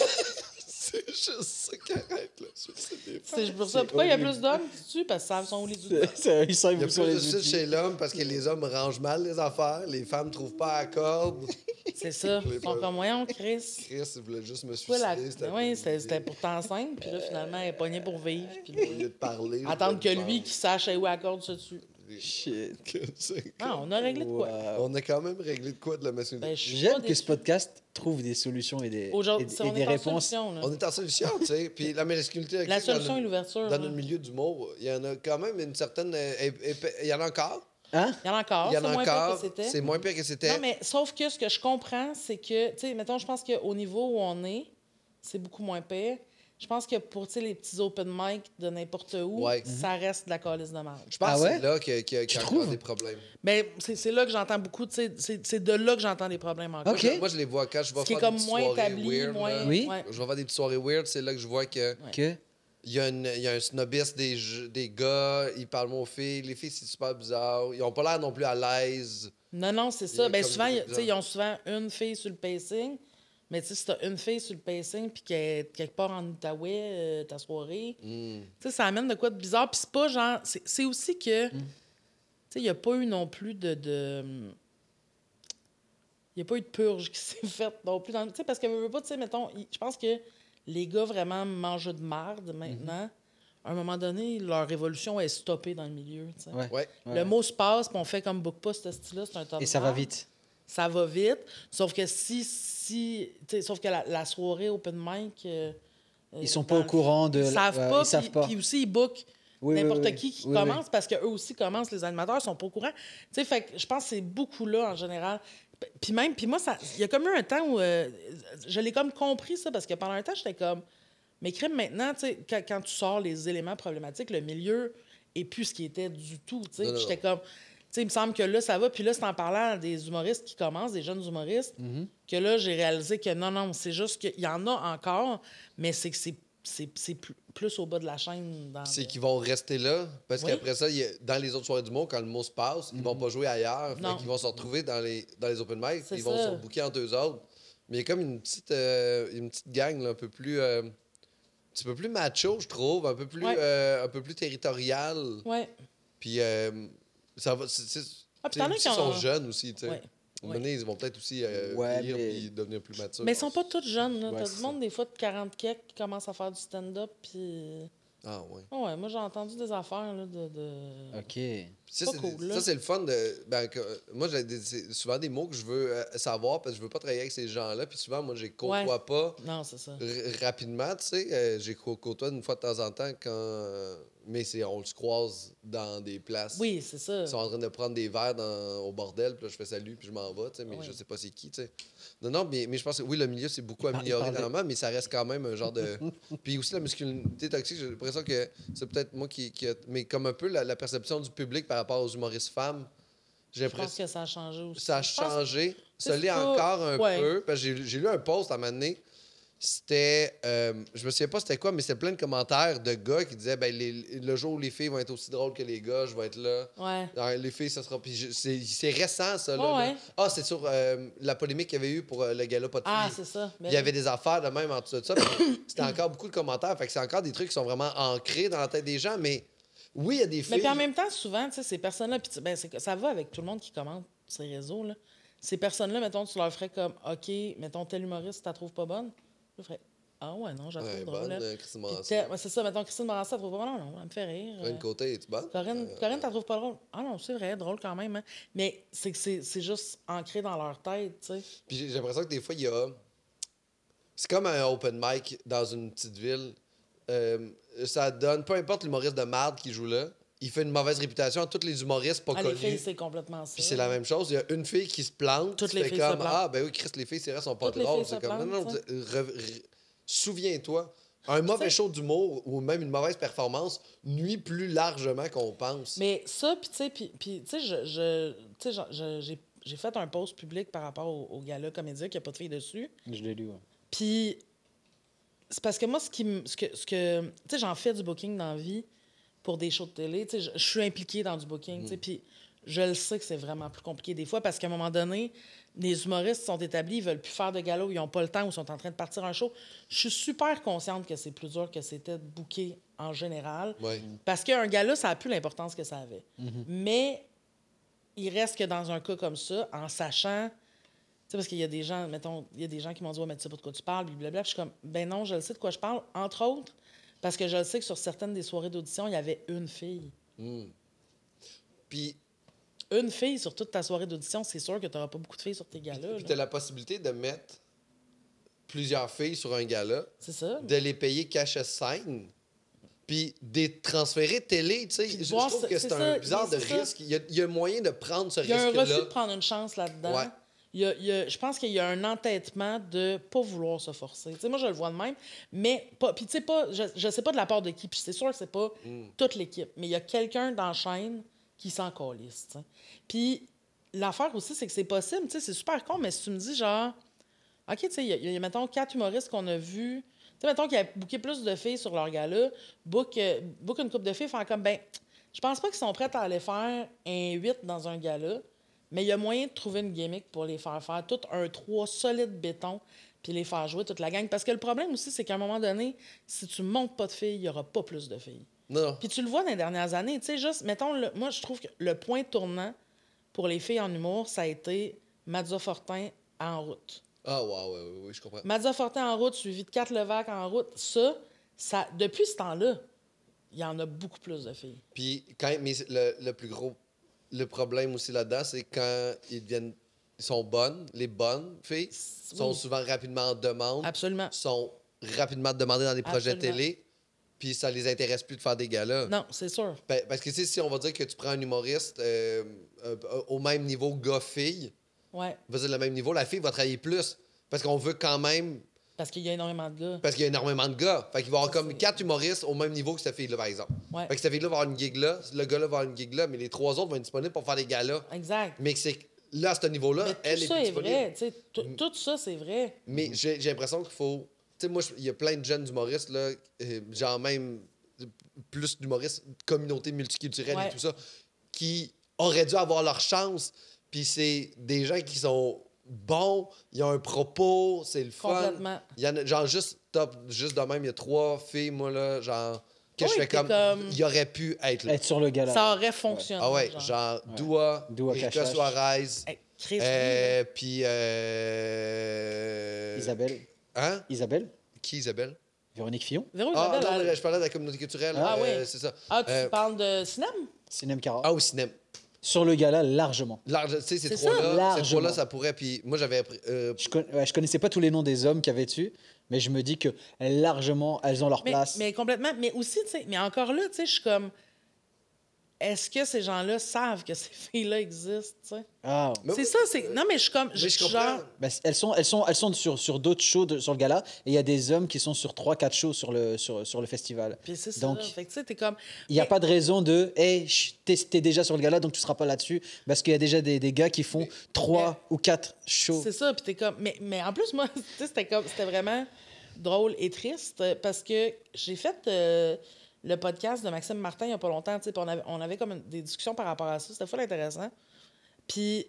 C'est juste ça qui arrête, là. C'est des C'est pour ça. Pourquoi il y a plus d'hommes qui se tuent? Parce qu'ils savent sont où les outils. C'est- Ils savent Il y a où sont plus de les suicide outils. chez l'homme parce que les hommes rangent mal les affaires, les femmes trouvent pas à corde. C'est ça. Je l'ai Ils sont pas. comme, voyons, Chris. Chris, il voulait juste me Pourquoi la... suicider. c'était Ben oui, pas c'était une c'était idée. pour t'enceinte, puis là, finalement, elle est pognée pour vivre. Puis Au lieu de parler. je attendre que voulais lui, le qui sache où la corde se tue. Shit. faire. Que c'est- Ah, on a réglé de quoi? Wow. On a quand même réglé de quoi de la masculinité? Ben, je suis pas J'aime que déçue. ce podcast trouve des solutions et des, Aujourd'hui, et- c'est- et on des est en réponses. solution, là. On est en solution, tu sais. Puis la masculinité La toxique, dans solution le- est l'ouverture. Dans là. notre milieu d'humour, il y en a quand même une certaine. euh, ép- ép- Il y en a encore. Hein? Il y en a encore. Il y en c'est a moins pire encore. que c'était. C'est moins pire que c'était. Non, mais sauf que ce que je comprends, c'est que, tu sais, mettons, je pense qu'au niveau où on est, c'est beaucoup moins pire. Je pense que pour, tu sais, les petits open mic de n'importe où, Ouais. ça reste de la calice de merde. Je pense Ah que ouais? c'est là qu'il y a, qu'il y a- qu'il y a Tu encore trouves? des problèmes. Mais c'est c'est là que j'entends beaucoup, tu sais, c'est c'est de là que j'entends des problèmes encore. Ok. Moi, je, moi, je les vois quand je vais Ce qui est faire comme des petites moins soirées établi, weird, moins... là. Oui. ouais. Je vais faire des petites soirées weird, c'est là que je vois que Que? il y, a une- il y a un snobisme des, je- des gars, ils parlent aux filles, les filles, c'est super bizarre. Ils ont pas l'air non plus à l'aise. Non, non, c'est Il y ça. a Ben comme souvent, des il y a- tu sais, exemples. ils ont souvent une fille sur le pacing. Mais tu sais, si t'as une fille sur le pacing puis qu'elle est quelque part en Outaouais, euh, ta soirée, Hmm. tu sais, ça amène de quoi de bizarre. Puis c'est pas genre... C'est c'est aussi que... Tu sais, il n'y a pas eu non plus de... de... Il n'y a pas eu de purge qui s'est faite non plus. dans- Tu sais, parce que, veux, veux pas, tu sais, mettons, il- je pense que les gars vraiment mangent de marde maintenant. À un moment donné, leur évolution est stoppée dans le milieu, tu sais. Ouais. Ouais. Ouais. Le mot se passe, puis on fait comme book pas ce style-là, c'est un top Et ça va vite. Ça va vite. Sauf que si. si tu sais, sauf que la, la soirée open mic. euh, Ils sont euh, pas dans au le- courant de. Ils la- savent ouais, pas. Ils savent puis- pas. Puis aussi, ils bookent Oui, n'importe oui, oui. qui qui Oui, commence, oui. parce qu'eux aussi commencent, les animateurs sont pas au courant. Tu sais, fait que je pense que c'est beaucoup là, en général. P- Puis même, puis moi, ça- il y a comme eu un temps où euh, je l'ai comme compris, ça, parce que pendant un temps, j'étais comme, mais crime, maintenant, tu sais, quand, quand tu sors les éléments problématiques, le milieu est plus ce qui était du tout, tu sais. Non, non, Puis j'étais non. comme, tu sais, il me semble que là, ça va. Puis là, c'est en parlant des humoristes qui commencent, des jeunes humoristes, Mm-hmm. que là, j'ai réalisé que non, non, c'est juste qu'il y en a encore, mais c'est que c'est, c'est, c'est plus, plus au bas de la chaîne. Dans C'est le- qu'ils vont rester là. Parce Oui. qu'après ça, il y a- dans les autres soirées du monde, quand le mot se passe, ils vont pas jouer ailleurs. Non. Ils vont se retrouver dans les, dans les open mic. C'est Ils vont ça. se rebooker entre eux autres. Mais il y a comme une petite, euh, une petite gang là, un peu plus. euh, un petit peu plus macho, je trouve. Un peu plus, Ouais. euh, un peu plus territorial. Ouais. Puis euh, ça va. c'est- c'est- Ah, puis tu sais, t'en as ils qui ont- sont jeunes aussi, tu sais. Ouais. À un moment donné, ils vont peut-être aussi euh, Ouais, vieillir mais- puis devenir plus matures. Mais ils sont pas tous jeunes, là. Ouais, T'as c'est du monde, des fois, de quarante quelques qui commencent à faire du stand-up, puis... Ah, ouais. Ah ouais, moi, j'ai entendu des affaires, là, de... de... OK. Puis ça, Pas c'est cool, des- là. ça, c'est le fun de. Ben, que- moi, j'ai des- c'est souvent des mots que je veux euh, savoir parce que je veux pas travailler avec ces gens-là. Puis souvent, moi, je les côtoie Ouais. pas Non, c'est ça. r- rapidement, tu sais. Euh, j'ai cô- côtoie une fois de temps en temps quand. euh, mais c'est, on se croise dans des places. Oui, c'est ça. Ils sont en train de prendre des verres dans- au bordel, puis là, je fais salut, puis je m'en vais, tu sais, mais Ouais. je sais pas c'est qui, tu sais. Non, non, mais, mais je pense que oui, le milieu s'est beaucoup il amélioré parlait. énormément, mais ça reste quand même un genre de. Puis aussi la masculinité toxique, j'ai l'impression que c'est peut-être moi qui, qui a- mais comme un peu la, la perception du public par rapport aux humoristes femmes, j'ai Je pense l'impression que ça a changé aussi. ça a Je pense- changé. c'est Ça l'est pas- encore un ouais. peu. Parce que j'ai, j'ai lu un post à un moment donné. C'était. euh, je me souviens pas c'était quoi, mais c'était plein de commentaires de gars qui disaient ben, les- le jour où les filles vont être aussi drôles que les gars, je vais être là. Ouais. Ah, les filles, ça sera. Puis je- c'est, c'est récent, ça. Là, Ouais, là. ouais. Ah, c'est sur euh, la polémique qu'il y avait eu pour euh, le gala Pas de Ah, filles. c'est ça. Ben Il y avait oui. des affaires de même en dessous de ça. puis c'était encore beaucoup de commentaires. Fait que c'est encore des trucs qui sont vraiment ancrés dans la tête des gens. Mais oui, il y a des filles. Mais puis en même temps, souvent, tu sais, ces personnes-là, puis tu- ben, c'est que ça va avec tout le monde qui commente sur les réseaux, là. Ces personnes-là, mettons, tu leur ferais comme, OK, mettons, tel humoriste, tu la trouves pas bonne. Je ferais, ah ouais, non, je la trouve Ouais, drôle. bonne, elle. euh, Christine Puis Morancy. tel- ouais, c'est ça, mettons, Christine Morancy, elle trouve pas bonne. Non, non, elle me fait rire. Corinne Euh, Côté, es-tu bonne? Corinne, Euh, Corinne, tu la trouves pas drôle. Ah non, c'est vrai, drôle quand même. Hein. Mais c'est que c'est c'est juste ancré dans leur tête, tu sais. Puis j'ai j'ai l'impression que des fois, il y a. C'est comme un open mic dans une petite ville. Euh, ça donne, peu importe l'humoriste de marde qui joue là, il fait une mauvaise réputation à tous les humoristes pas Ah, les connus. filles, c'est complètement ça. Puis c'est la même chose. Il y a une fille qui se plante. Toutes tu les fais filles comme, se plantent. ah, ben oui, Chris, les filles, c'est vrai, sont pas Toutes les drôles. filles C'est se comme, non, non, plantent, re- re- souviens-toi. Un mauvais sais- show d'humour ou même une mauvaise performance nuit plus largement qu'on pense. Mais ça, puis tu sais, puis- puis, tu sais, je, je, tu sais, je- je- j'ai j'ai fait un post public par rapport au, au gala comédien qui a pas de filles dessus. Je l'ai lu, ouais. Puis c'est parce que moi, ce qui me- ce que, ce que tu sais, j'en fais du booking dans la vie pour des shows de télé. Tu sais, je, je suis impliquée dans du booking, tu sais, puis je le sais que c'est vraiment plus compliqué des fois parce qu'à un moment donné, les humoristes sont établis, ils veulent plus faire de gala, ils n'ont pas le temps ou sont en train de partir un show. Je suis super consciente que c'est plus dur que c'était de booker en général. Ouais. Parce qu'un gala, ça n'a plus l'importance que ça avait. Mais il reste que dans un cas comme ça, en sachant. Tu sais, parce qu'il y a des gens, mettons, il y a des gens qui m'ont dit, ouais, mais tu sais pas de quoi tu parles, blablabla. Puis je suis comme, ben non, je le sais de quoi je parle. Entre autres, parce que je le sais que sur certaines des soirées d'audition, il y avait une fille. Mm. Puis, Une fille sur toute ta soirée d'audition, c'est sûr que tu n'auras pas beaucoup de filles sur tes galas. puis là. t'as la possibilité de mettre plusieurs filles sur un gala, C'est ça. de les payer cachet scène, puis des transférer télé, tu sais. Puis de Je, voir je trouve ce- que c'est c'est un ça, bizarre de mais c'est ça. risque. Il y, a, il y a moyen de prendre ce Il y a un refus de risque-là. prendre une chance là-dedans. Ouais. Il y a- il y a- je pense qu'il y a un entêtement de pas vouloir se forcer. Tu sais, moi, je le vois de même. Mais, pas, puis tu sais pas, je, je sais pas de la part de qui, puis c'est sûr que c'est pas Mm. toute l'équipe, mais il y a quelqu'un dans la chaîne qui s'en calisse. tu sais. Puis l'affaire aussi, c'est que c'est possible. Tu sais, c'est super con, mais si tu me dis genre, OK, tu sais, il y, a- il y a, mettons, quatre humoristes qu'on a vus. Tu sais, mettons qu'il y a booké plus de filles sur leur gala, book, euh, book une couple de filles, faire comme, ben, je pense pas qu'ils sont prêts à aller faire un huit dans un gala, mais il y a moyen de trouver une gimmick pour les faire faire tout un trois solide béton, puis les faire jouer toute la gang. Parce que le problème aussi, c'est qu'à un moment donné, si tu montes pas de filles, il y aura pas plus de filles. Non, non. Puis tu le vois dans les dernières années, tu sais, juste, mettons, le- moi, je trouve que le point tournant pour les filles en humour, ça a été Mazza Fortin en route. Ah, ouais, ouais, ouais, ouais, je comprends. Mazza Fortin en route, suivi de Kat Levac en route. Ça, ça depuis ce temps-là, il y en a beaucoup plus de filles. Puis, quand, mais le, le plus gros le problème aussi là-dedans, c'est quand ils deviennent. Ils sont bonnes, les bonnes filles sont Oui. souvent rapidement en demande, Absolument. sont rapidement demandées dans des projets Absolument. télé. puis ça les intéresse plus de faire des galas. Non, c'est sûr. Ben, parce que, tu sais, si on va dire que tu prends un humoriste euh, euh, au même niveau gars-fille, Ouais. va dire le même niveau, la fille va travailler plus. Parce qu'on veut quand même... Parce qu'il y a énormément de gars. Parce qu'il y a énormément de gars. Fait qu'il va y avoir Ça, comme c'est- quatre humoristes au même niveau que cette fille-là, par exemple. Ouais. Fait que cette fille-là va avoir une gig là, le gars-là va avoir une gig là, mais les trois autres vont être disponibles pour faire des galas. Exact. Mais que c'est là, à ce niveau-là, Mais elle tout est ça plus est disponible. vrai. tu sais, tout- Tout ça, c'est vrai. Mais j'ai j'ai l'impression qu'il faut. Tu sais, moi, je- il y a plein de jeunes humoristes, là, euh, genre même plus d'humoristes, communauté multiculturelle Ouais. et tout ça, qui auraient dû avoir leur chance. Puis c'est des gens qui sont bons, ils ont un propos, c'est le fun. Complètement. Il y en a, genre, juste top, juste de même, il y a trois filles, moi, là, genre, que Oui, je fais t'es comme. comme- Il aurait pu être là. Être sur le gala. Ça aurait fonctionné. Ah ouais, genre. genre, Doua, Doua Erika Cachache. Suarez, Hey, Chris, euh, puis. Euh... Isabelle. Hein? Isabelle. Qui, Isabelle? Véronique Fillon. Véro Ah, Isabelle, non, elle- mais je parlais de la communauté culturelle. Ah, euh, oui. C'est ça. Ah, tu Euh, parles de cinéma? Sinem Cara. Ah, au cinéma. Sur le gala, largement. Large, tu sais, ces C'est trois-là, ça. ces Largement. trois-là, ça pourrait. Puis moi, j'avais. Euh, Je, con- ouais, je connaissais pas tous les noms des hommes qu'il y avait dessus, mais je me dis que largement, elles ont leur Mais, place. mais complètement. Mais aussi, tu sais, mais encore là, tu sais, je suis comme. Est-ce que ces gens-là savent que ces filles-là existent, tu sais? Ah. mais C'est oui, ça, c'est. Non, mais je suis comme. mais Je je suis comprends. genre. Ben, elles sont, elles sont, elles sont sur, sur d'autres shows de- sur le gala, et il y a des hommes qui sont sur trois quatre shows sur le, sur, sur le festival. Puis c'est ça. Donc, Fait que tu sais, t'es comme. il n'y a Mais- pas de raison de hey, chut, t'es, t'es déjà sur le gala, donc tu seras pas là-dessus, parce qu'il y a déjà des, des gars qui font trois ou quatre shows. C'est ça, puis t'es comme. Mais, mais en plus, moi, tu sais, c'était comme. C'était vraiment drôle et triste euh, parce que j'ai fait euh, le podcast de Maxime Martin il n'y a pas longtemps, tu sais, puis on avait, on avait comme une- des discussions par rapport à ça. C'était full intéressant. Puis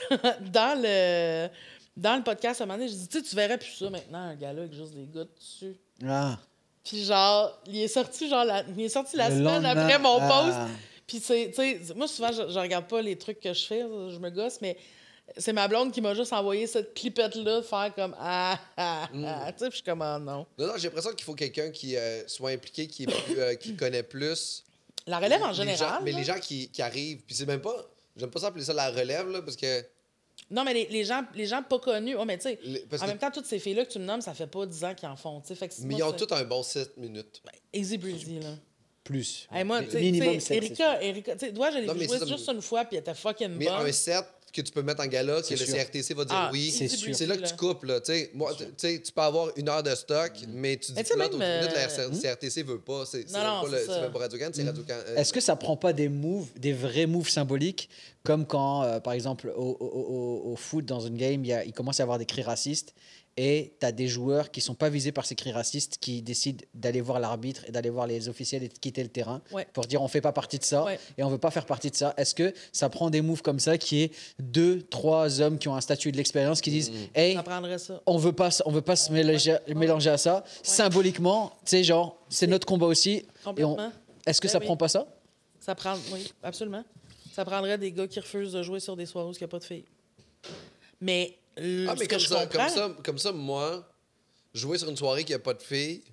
dans le. Dans le podcast, à un moment donné, je dis, tu sais, tu verrais plus ça maintenant, un gars-là avec juste des gars dessus. Ah. Puis genre, il est sorti genre la, il est sorti la Le semaine lendemain, après mon post. ah. Puis c'est, tu sais, moi souvent je, je regarde pas les trucs que je fais, je me gosse, mais c'est ma blonde qui m'a juste envoyé cette clipette là de faire comme ah ah ah, tu sais, puis je suis comme ah non. Non, non, j'ai l'impression qu'il faut quelqu'un qui euh, soit impliqué, qui, est plus, euh, qui connaît plus. La relève en les général. gens- mais là. les gens qui, qui arrivent, puis c'est même pas. J'aime pas ça appeler ça la relève, là, parce que. Non, mais les, les gens, les gens pas connus, oh mais tu sais, les- parce en que- même temps toutes ces filles là que tu me nommes, ça fait pas dix ans qu'ils en font, tu sais, fait que mais moi, ils ont c'est- tous un bon sept minutes. easy breezy là. Plus. Hey, moi, tu sais, Minimum tu sais, sept, c'est sûr. Erika, Erika, tu sais, toi, je l'ai Non, vu mais jouer c'est ça, juste mais- une fois, puis elle était fucking Mais bonne. un set que tu peux mettre en gala, que C'est le sûr. C R T C va dire Ah, oui. c'est easy sûr. breezy, C'est là que tu coupes, là. Tu sais, moi, tu sais, tu peux avoir une heure de stock, mais tu dis Mais tu sais, plot, au même, minutes, la euh, C R T C veut pas. C'est c'est Non, même non, pas le- c'est c'est ça. même pas Radio-Can, c'est Radio-Can. euh, Est-ce que ça prend pas des moves, des vrais moves symboliques, comme quand, euh, par exemple, au, au- au- au foot, dans une game, il, y a- il commence à y avoir des cris racistes, et tu as des joueurs qui sont pas visés par ces cris racistes, qui décident d'aller voir l'arbitre et d'aller voir les officiels et de quitter le terrain Ouais. pour dire on fait pas partie de ça, Ouais. et on veut pas faire partie de ça. Est-ce que ça prend des moves comme ça, qui est deux, trois hommes qui ont un statut et de l'expérience, qui disent hey, Ça prendrait ça. on veut pas, on veut pas se mélanger, mélanger à ça. Symboliquement, tu sais, genre, c'est notre combat aussi. Et on- Complètement. Est-ce que Ben ça oui. prend pas ça? Ça prend, oui, absolument. Ça prendrait des gars qui refusent de jouer sur des soirées où il n'y a pas de filles. Mais, le- Ah, ce mais que comme je ça, comprends, comme, ça, comme ça, moi, jouer sur une soirée qui a pas de filles,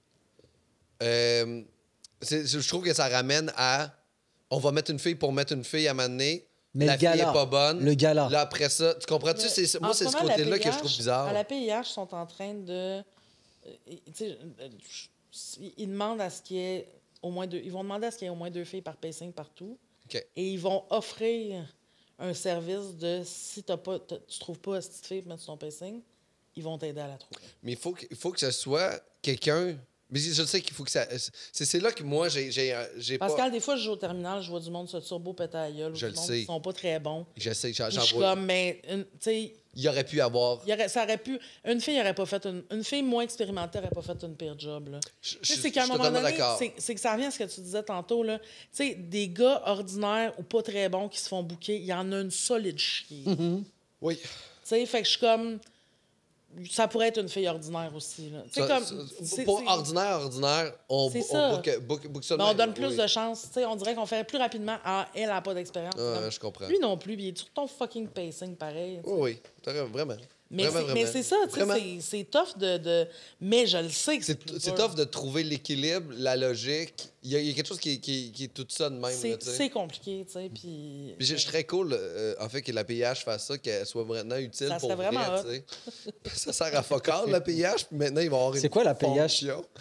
euh, c'est- je trouve que ça ramène à. On va mettre une fille pour mettre une fille à m'amener. Mais la le fille gala, est pas bonne. le gala. Là, après ça, tu comprends-tu? mais C'est- en Moi, c'est ce moment, la côté-là que je P I H trouve bizarre. À la P I H, ils sont en train de. euh, tu sais, euh, ils- ils demandent à ce qu'il y ait au moins deux. Ils vont demander à ce qu'il y ait au moins deux filles par pacing partout. OK. Et ils vont offrir un service de si t'as pas, t'as- tu trouves pas cette fille pour mettre sur ton pacing, ils vont t'aider à la trouver. Mais il faut, que- il faut que ce soit quelqu'un. Mais je sais qu'il faut que ça. C'est c'est là que moi, j'ai j'ai j'ai pas. Pascal, des fois, je joue au terminal, je vois du monde se turbo péter à la gueule, ou Je du le monde sais. qui sont pas très bons. Je sais, j'en Puis je suis vois. comme, mais, une- tu sais, Il aurait pu avoir. il y aurait- ça aurait pu. Une fille aurait pas fait une. Une fille moins expérimentée aurait pas fait une pire job, là. Je- Tu sais, je- c'est qu'à un je suis moment totalement donné, d'accord. c'est c'est que ça revient à ce que tu disais tantôt, là. Tu sais, des gars ordinaires ou pas très bons qui se font bouquer, il y en a une solide chier. Tu Oui. sais, fait que je suis comme. Ça pourrait être une fille ordinaire aussi, là. Tu sais, Ça- comme. ça- c'est- Pour c'est- ordinaire, ordinaire, on, C'est on ça. book, book, book ça de Mais on même, donne plus oui. de chance. Tu sais, on dirait qu'on fait plus rapidement. Ah, elle n'a pas d'expérience. Ah, Comme, je comprends. Lui non plus, puis il est sur ton fucking pacing pareil. tu sais. Oui, oui. T'as raison, vraiment. Mais Vraiment, c'est mais vraiment. c'est ça, tu sais, Vraiment. c'est- c'est tough de, de. Mais je le sais que c'est. C'est plus c'est dur. tough de trouver l'équilibre, la logique. Il y, a, il y a quelque chose qui, est- qui, est- qui est tout ça de même. là, C'est tu sais. c'est compliqué, tu sais. Puis. Puis je je serais cool, euh, en fait, que la P I H fasse ça, qu'elle soit vraiment utile Ça pour serait vraiment vrai, tu sais. Ça sert à fuck all, la P I H, puis maintenant, ils vont avoir une C'est quoi, la P I H? fonction.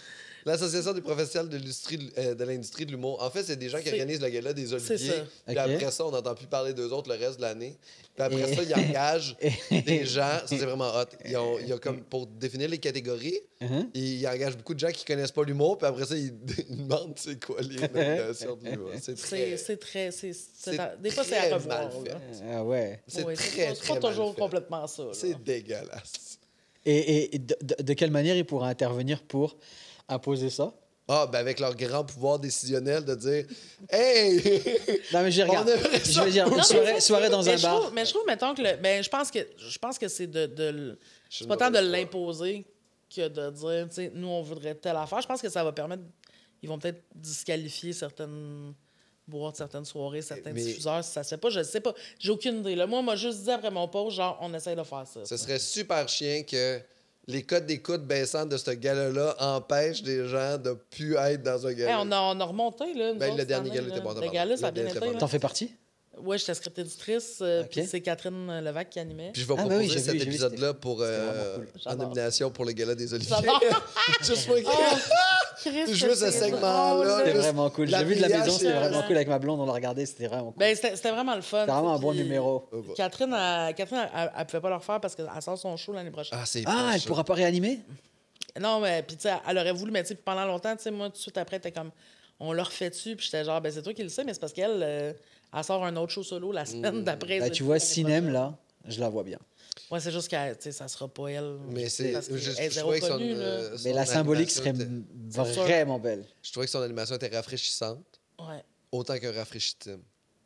L'Association des professionnels de l'industrie euh, de, l'industrie de l'humour. En fait, c'est des gens qui organisent le gala des Oliviers. C'est ça. Puis Okay. après ça, on n'entend plus parler d'eux autres le reste de l'année. Puis après Et... ça, ils engagent des gens. Ça, c'est vraiment hot. Ils ont, ils ont comme, pour définir les catégories, Uh-huh. ils engagent beaucoup de gens qui connaissent pas l'humour. Puis après ça, ils, ils demandent c'est quoi les nominations de l'humour. C'est très... C'est c'est très. c'est- c'est C'est à- Des fois, c'est à très revoir. mal fait. là. Ah ouais. C'est Ouais, très, c'est pas- très C'est pas mal toujours fait. complètement ça. là. C'est dégueulasse. Et, et de, de- de quelle manière ils pourraient intervenir pour imposer ça? Ah, ben avec leur grand pouvoir décisionnel de dire Hey! Non, mais je On regarde. aimerait Je veux dire, Non, une mais- soirée, soirée dans mais un je bar. trouve- mais je trouve, mettons que. Le, ben, je pense que, je pense que c'est de. de le- Je suis c'est une pas tant de mauvaise foi. l'imposer que de dire, tu sais, nous, on voudrait telle affaire. Je pense que ça va permettre. Ils vont peut-être disqualifier certaines boîtes, certaines soirées, certains Mais- diffuseurs. Si ça se fait pas, je sais pas. J'ai aucune idée. Là, moi, on m'a juste dit après mon post, genre, on essaye de faire ça. Ce serait super chien que les codes d'écoute baissants de ce gala-là empêchent des gens de plus être dans un Hey, gala. on, a, on a remonté, là. nous Ben, autres, le cette dernier année, gala là. était bon, Le tabarnak. gala, ça a Le bien dernier été. était là. T'en fais partie? Ouais, j'étais script éditrice, euh, Ok. puis c'est Catherine Levac qui animait. Puis je vais Ah, ben proposer oui, j'ai cet vu, j'ai vu, épisode-là pour c'était euh, vraiment cool. en J'adore. nomination pour le gala des Oliviers. J'adore. Juste pour Oh, Christ, Juste ce c'est- segment-là, Oh, C'était juste vraiment cool. Je la l'ai vu de la brillance, maison, c'était c'est- vraiment cool avec ma blonde. On l'a regardé, c'était vraiment cool. Ben, c'était c'était vraiment le fun. C'était vraiment un bon Puis numéro. Oh, bah. Catherine, elle, Catherine elle, elle pouvait pas le refaire parce qu'elle sort son show l'année prochaine. Ah, c'est Ah, poche, elle ça. pourra pas réanimer? Non, mais puis tu sais, elle aurait voulu, mais tu sais, pendant longtemps, tu sais, moi, tout de suite après, t'es comme, on leur fait dessus, puis j'étais genre, ben c'est toi qui le sais, mais c'est parce qu'elle, euh, elle sort un autre show solo la semaine d'après. Bah, c'est tu le vois, l'année Cinem, prochaine. là, je la vois bien. Ouais, c'est juste qu'elle, tu sais, ça sera pas elle. Mais c'est. Parce Je, qu'elle je est zéro trouvais que son, connue, là. euh, Mais son la symbolique animation serait était- m- C'est sûr. vraiment belle. Je trouvais que son animation était rafraîchissante, Ouais. autant qu'un rafraîchissime.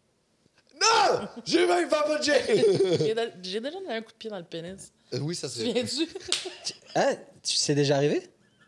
Non! J'ai même pas pas de jet! J'ai de- J'ai déjà donné un coup de pied dans le pénis. Euh, Oui, ça Tu c'est. viens-tu? Ah, tu- c'est déjà arrivé?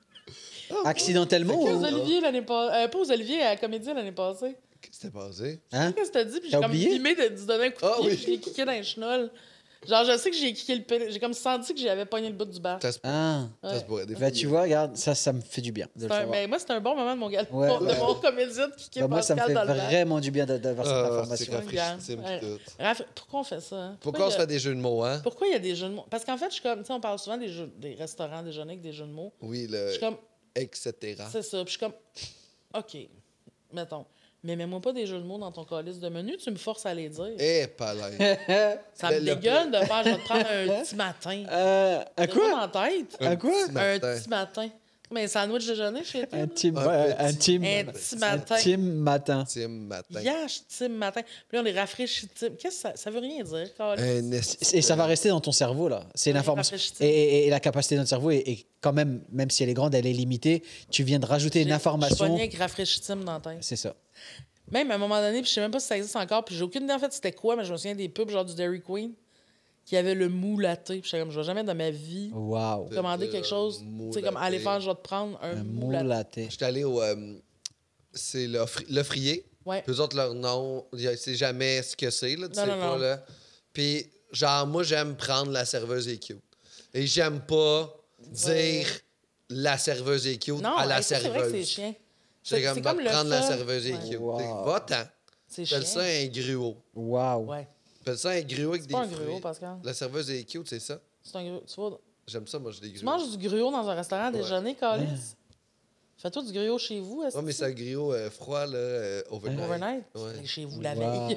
Accidentellement Aux ou... Olivier l'année passée. pas aux Olivier, à la comédie l'année passée. Qu'est-ce qui s'était passé? Hein? Qu'est-ce que t'as dit? Puis T'as j'ai comme oublié? mimé de, de lui donner un coup de Ah pied, oui. puis je l'ai kické dans les chenolles. Genre, je sais que j'ai kické le pénis. J'ai comme senti que j'avais pogné le bout du bar. Ça se, Ah. ça se pourrait. Des Bah, fois, tu vois, regarde, ça, ça me fait du bien de C'est le un- savoir. mais moi, c'était un bon moment de mon gars. Ouais, de ouais. mon comédien de kicker Bah, moi, ça me Pascal fait dans le bar. vraiment du bien d'a- d'avoir cette Ah, information. c'est rafraîchissime Ouais. pis tout. Raph, pourquoi on fait ça? hein? Pourquoi on il se y a- fait des jeux de mots, hein? Pourquoi il y a des jeux de mots? Parce qu'en fait, je suis comme, tu sais, on parle souvent des, jeux, des restaurants déjeuner avec des jeux de mots. Oui, Je le. suis comme, et cetera. c'est ça. Puis je suis comme, OK, mettons. Mais mets-moi pas des jeux de mots dans ton calice de menu, tu me forces à les dire. Eh, pas là. Ça me le- le- dégueule de faire, je vais te prendre un petit matin. Euh, un J'ai quoi? pas dans la tête. Un quoi? petit Un matin. petit matin. Mais un sandwich déjeuner chez toi? Un team, Un ouais, petit- un team, Un petit matin. un team matin. Tim matin. Yash, Tim matin. Puis là, on est rafraîchi Tim. Qu'est-ce que ça, ça veut rien dire, calice? Un esti- Et ça va rester dans ton cerveau, là. C'est Ouais, l'information. rafraîchissant. Et, et- et la capacité de notre cerveau est, est quand même, même si elle est grande, elle est limitée. Tu viens de rajouter une J'ai- Je information. suis pognée avec rafraîchi Tim dans la tête. C'est ça. Même à un moment donné, puis je sais même pas si ça existe encore, puis j'ai aucune idée en fait c'était quoi, mais je me souviens des pubs genre du Dairy Queen qui avait le mou latte. Puis j'étais comme, je vais jamais dans ma vie Wow. commander de quelque chose. mou Tu sais, comme latte. aller faire, je vais te prendre un, Un mou mou latte. latte. J'étais allé au. euh, c'est le, fri- le frier. Ouais. Puis eux autres, leur nom, y a- c'est jamais ce que c'est, là. Tu Non, sais non, pas, non. là. Puis, genre, moi, j'aime prendre la serveuse est cute. Et j'aime pas dire la serveuse est cute Non, à la hey, ça, c'est vrai que c'est serveuse. chiant. C'est comme, va le prendre la fun. serveuse est Ouais. cute. Wow. Va-t'en. C'est Appelle chiant. ça un gruau. Wow. Ouais. Appelle ça un gruau avec C'est des pas un fruits. gruau, Pascal. La serveuse est cute, c'est ça? C'est un gruau. Tu vois, J'aime ça, moi, je des tu gruaux. manges du gruau dans un restaurant à Ouais. déjeuner, Calice. Fais-toi du gruau chez vous, est-ce Ouais, mais c'est un gruau euh, froid, là, euh, overnight. Overnight? Ouais. Tu fais chez vous la Wow. veille.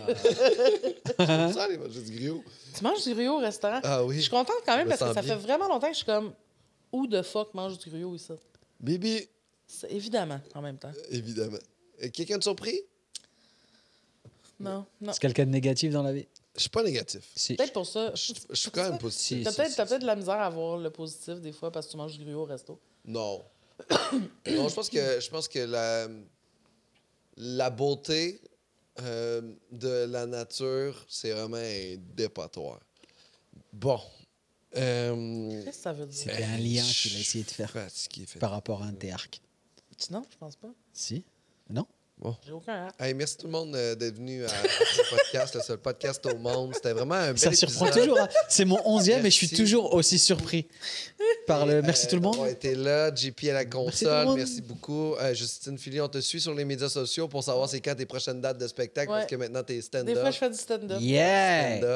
J'aime ça, aller manger du gruau. Tu manges du gruau au restaurant? Ah oui. Je suis contente quand même Je me parce que sens ça bien. fait vraiment longtemps que je suis comme, où de fuck mange du gruau ici? Bibi, C'est- Évidemment, en même temps. évidemment. Euh, Quelqu'un de surpris? Non, non. C'est quelqu'un de négatif dans la vie? Je suis pas négatif. Si. Peut-être pour ça. Je je suis quand même positif. Si. T'as peut-être t'as peut-être de la misère à voir le positif des fois parce que tu manges du gruau au resto. Non. non, je pense que, je pense que la, la beauté euh, de la nature, c'est vraiment un dépotoir. Bon. Euh, Qu'est-ce que ça veut dire? C'était un lien je qu'il a essayé de faire suis fatigué, fait. par rapport à un des arcs. Tu- Non, je pense pas. Si? Non? J'ai aucun. Hey, merci tout le monde euh, d'être venu à, à ce podcast, le seul podcast au monde. C'était vraiment un bel Ça surprend épisode. toujours. hein. C'est mon onzième et je suis Merci. toujours aussi surpris par le. Merci Euh, tout le monde. On était là, J P à la Merci tout le console. monde. Merci beaucoup. Euh, Justine Philly, on te suit sur les médias sociaux pour savoir c'est quand tes prochaines dates de spectacle Ouais. parce que maintenant t'es Des stand-up. fois, je fais du stand-up. Yeah! Stand-up.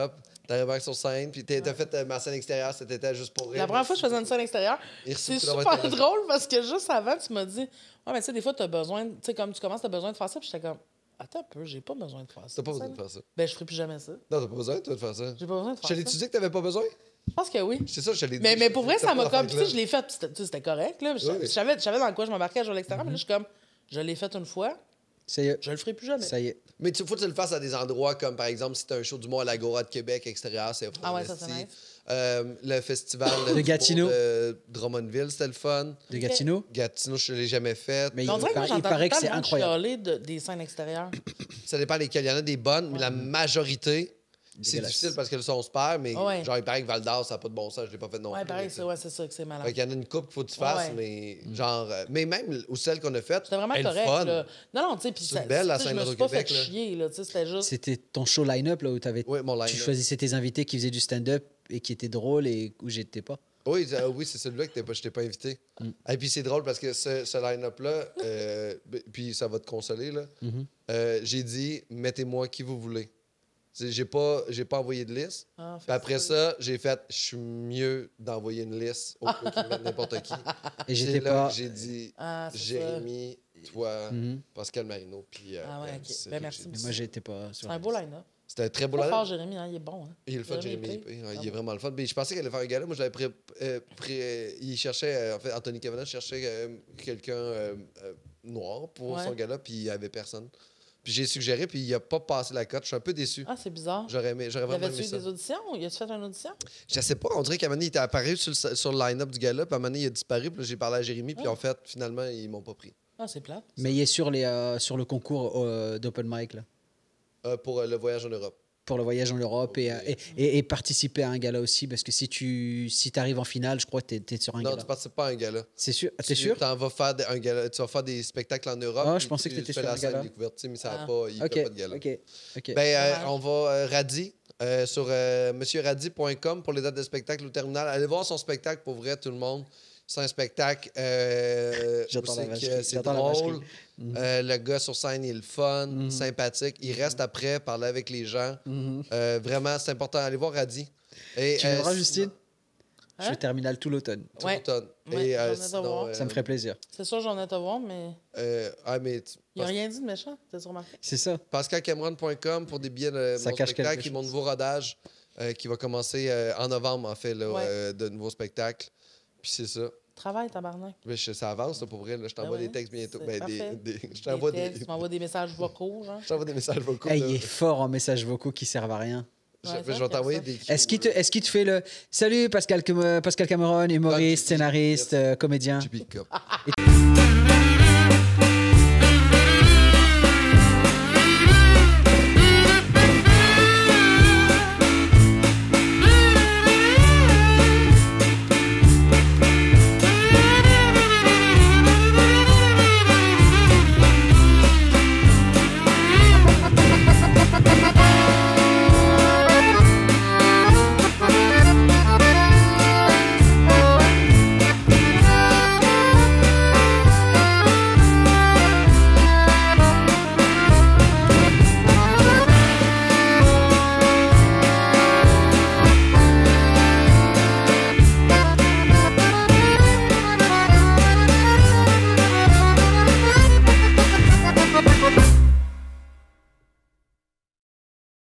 T'arrives sur scène, puis t'as fait euh, ma scène extérieure cet été juste pour rire. La première fois que je faisais une scène extérieure, c'est super drôle parce que juste avant, tu m'as dit, ouais, mais tu sais, des fois, t'as besoin, tu sais, comme tu commences, t'as besoin de faire ça, puis j'étais comme, attends un peu, j'ai pas besoin de faire ça. T'as pas besoin de faire ça. Ben, je ferai plus jamais ça. Non, t'as pas besoin, toi, de faire ça. J'ai pas besoin de faire Je ça. l'ai-tu dit que t'avais pas besoin? Je pense que oui. C'est ça, je l'ai dit. Mais, mais pour vrai, ça m'a comme, tu sais, je l'ai l'ai fait, puis c'était- c'était correct, là. Je Oui. savais, je savais dans quoi je m'embarquais à jouer à l'extérieur, mais là, je suis comme, je l'ai fait une fois, Ça y est. je le ferai plus jamais. Ça y est. Mais il faut que tu le fasses à des endroits comme, par exemple, si t'as un show du mois à l'Agora de Québec extérieur, c'est Ah ouais, ça, c'est nice. Euh, le festival De du Gatineau. monde de Drummondville, c'était le fun. De Gatineau. Gatineau, je l'ai jamais fait. Mais Mais on dirait que moi, il j'entends paraît que tout c'est le temps incroyable. chialer de, des scènes extérieures. Ça dépend lesquels. Il y en a des bonnes, mais la majorité, c'est Dégueulasse. difficile parce que le son se perd. Mais Ouais. genre, il paraît que Val d'Or, ça n'a pas de bon sens. Je l'ai pas fait non Ouais, plus. pareil, mais c'est ouais, c'est ça que c'est malade. Fait qu'il y en a une coupe qu'il faut que tu fasses, Ouais. mais genre. euh, Mais même ou celle qu'on a faite, C'était vraiment elle est correct, fun. là. Non, non, tu sais, puis C'est ça. belle, la tu sais, scène je me de suis pas fait Québec, là. chier, là. Tu sais, c'était juste. C'était ton show line-up là où t'avais- Oui, mon tu line-up. choisissais tes invités qui faisaient du stand-up et qui étaient drôles et où j'étais pas. Oui, euh, oui c'est celui-là que t'es pas, je t'ai pas invité. Mm. Et puis c'est drôle parce que ce, ce line-up-là, euh, b- puis ça va te consoler, là. Mhm. Euh, j'ai dit, mettez-moi qui vous voulez. C'est- J'ai pas, j'ai pas envoyé de liste. Ah, fait Puis après que ça, j'ai fait, je suis mieux d'envoyer une liste au lieu qu'ils mettent n'importe qui. Et C'est j'étais là pas. que j'ai dit, Ah, c'est ça. Jérémy, toi, Mhm. Pascal Marino, puis euh, Ah ouais, elle, ok. c'est Ben, là que merci. j'ai Mais dit moi, ça. j'étais pas. sur C'est la un beau liste. line-up. C'était un très beau Pas line-up. fort, Jérémy, hein, il est bon. Hein. Il est le fun, Jérémy Jérémy. Épée. Épée. Ouais, Ah il est bon. vraiment le fun. Mais je pensais qu'il allait faire un gala. Moi, je l'avais pré, euh, pré- Il cherchait, euh, en fait, Anthony Kavanagh cherchait euh, quelqu'un euh, euh, noir pour Ouais. son gala, puis il n'y avait personne. Puis j'ai suggéré, puis il n'a pas passé la cote. Je suis un peu déçu. Ah, c'est bizarre. J'aurais aimé, j'aurais vraiment Avais-tu aimé eu ça. des auditions? Il a-tu fait une audition? Je sais pas, on dirait qu'à un moment donné, il était apparu sur le, sur le line-up du gala, puis à un moment donné, il a disparu, puis là, j'ai parlé à Jérémy, puis Ah. en fait, finalement, ils m'ont pas pris. Ah, c'est plate. Mais il est sur, les, euh, sur le concours euh, d'open mic là, Euh, pour euh, le voyage en Europe. pour le voyage en Europe et, Ok. euh, et, et- et participer à un gala aussi. Parce que si tu si arrives en finale, je crois que tu es, sur un Non, gala. tu participes pas à un gala. C'est sûr? T'es Tu sûr? t'en vas faire des, un gala, tu vas faire des spectacles en Europe. Ah, puis je pensais tu que t'étais fais sur la un scène gala. découverte, tu sais, mais ça a Ah. pas, il Ok, fait pas de gala. ok, ok. Ben, euh, Dommage. on va euh, Radi euh, sur euh, monsieur radi point com pour les dates de spectacle au terminal. Allez voir son spectacle pour vrai, tout le monde. C'est un spectacle euh, J'entends où la c'est vacherie, que c'est j'entends la drôle. vacherie. Mhm. Euh, le gars sur scène, il est le fun, Mhm. sympathique. Il reste après, parler avec les gens. Mhm. Euh, vraiment, c'est important. Allez voir Radi. Et, Tu euh, viendras, sinon- Justine? Je Hein? suis terminal tout l'automne. tout Ouais. l'automne. Ouais, Et, j'en euh, ai à sinon, voir. euh, Ça me ferait plaisir. C'est sûr, j'en ai à te voir, mais euh, ah, mais tu- il n'y a rien dit de méchant. T'as remarqué? C'est ça. pascal cameron point com pour des billets de Ça mon cache spectacle quelque et mon chose. nouveau rodage euh, qui va commencer euh, en novembre, en fait, là, Ouais. euh, de nouveaux spectacles. Puis c'est ça. Travail, tabarnak. Mais je- ça avance, là, pour vrai. Là. Je t'envoie Ben ouais, des textes bientôt. c'est Ben, des, parfait. des- je Des t'envoie des, textes, tu m'envoies des messages vocaux, genre. je t'envoie des messages vocaux. Hey, là. il est fort en messages vocaux qui servent à rien. Je, Ouais, je c'est vais vrai t'envoyer qu'il y des. Est-ce qu'il te, est-ce qu'il te fait le salut Pascal, Cam- Pascal Cameron, humoriste, Ah, J P, scénariste, yes. euh, comédien? J P Cup.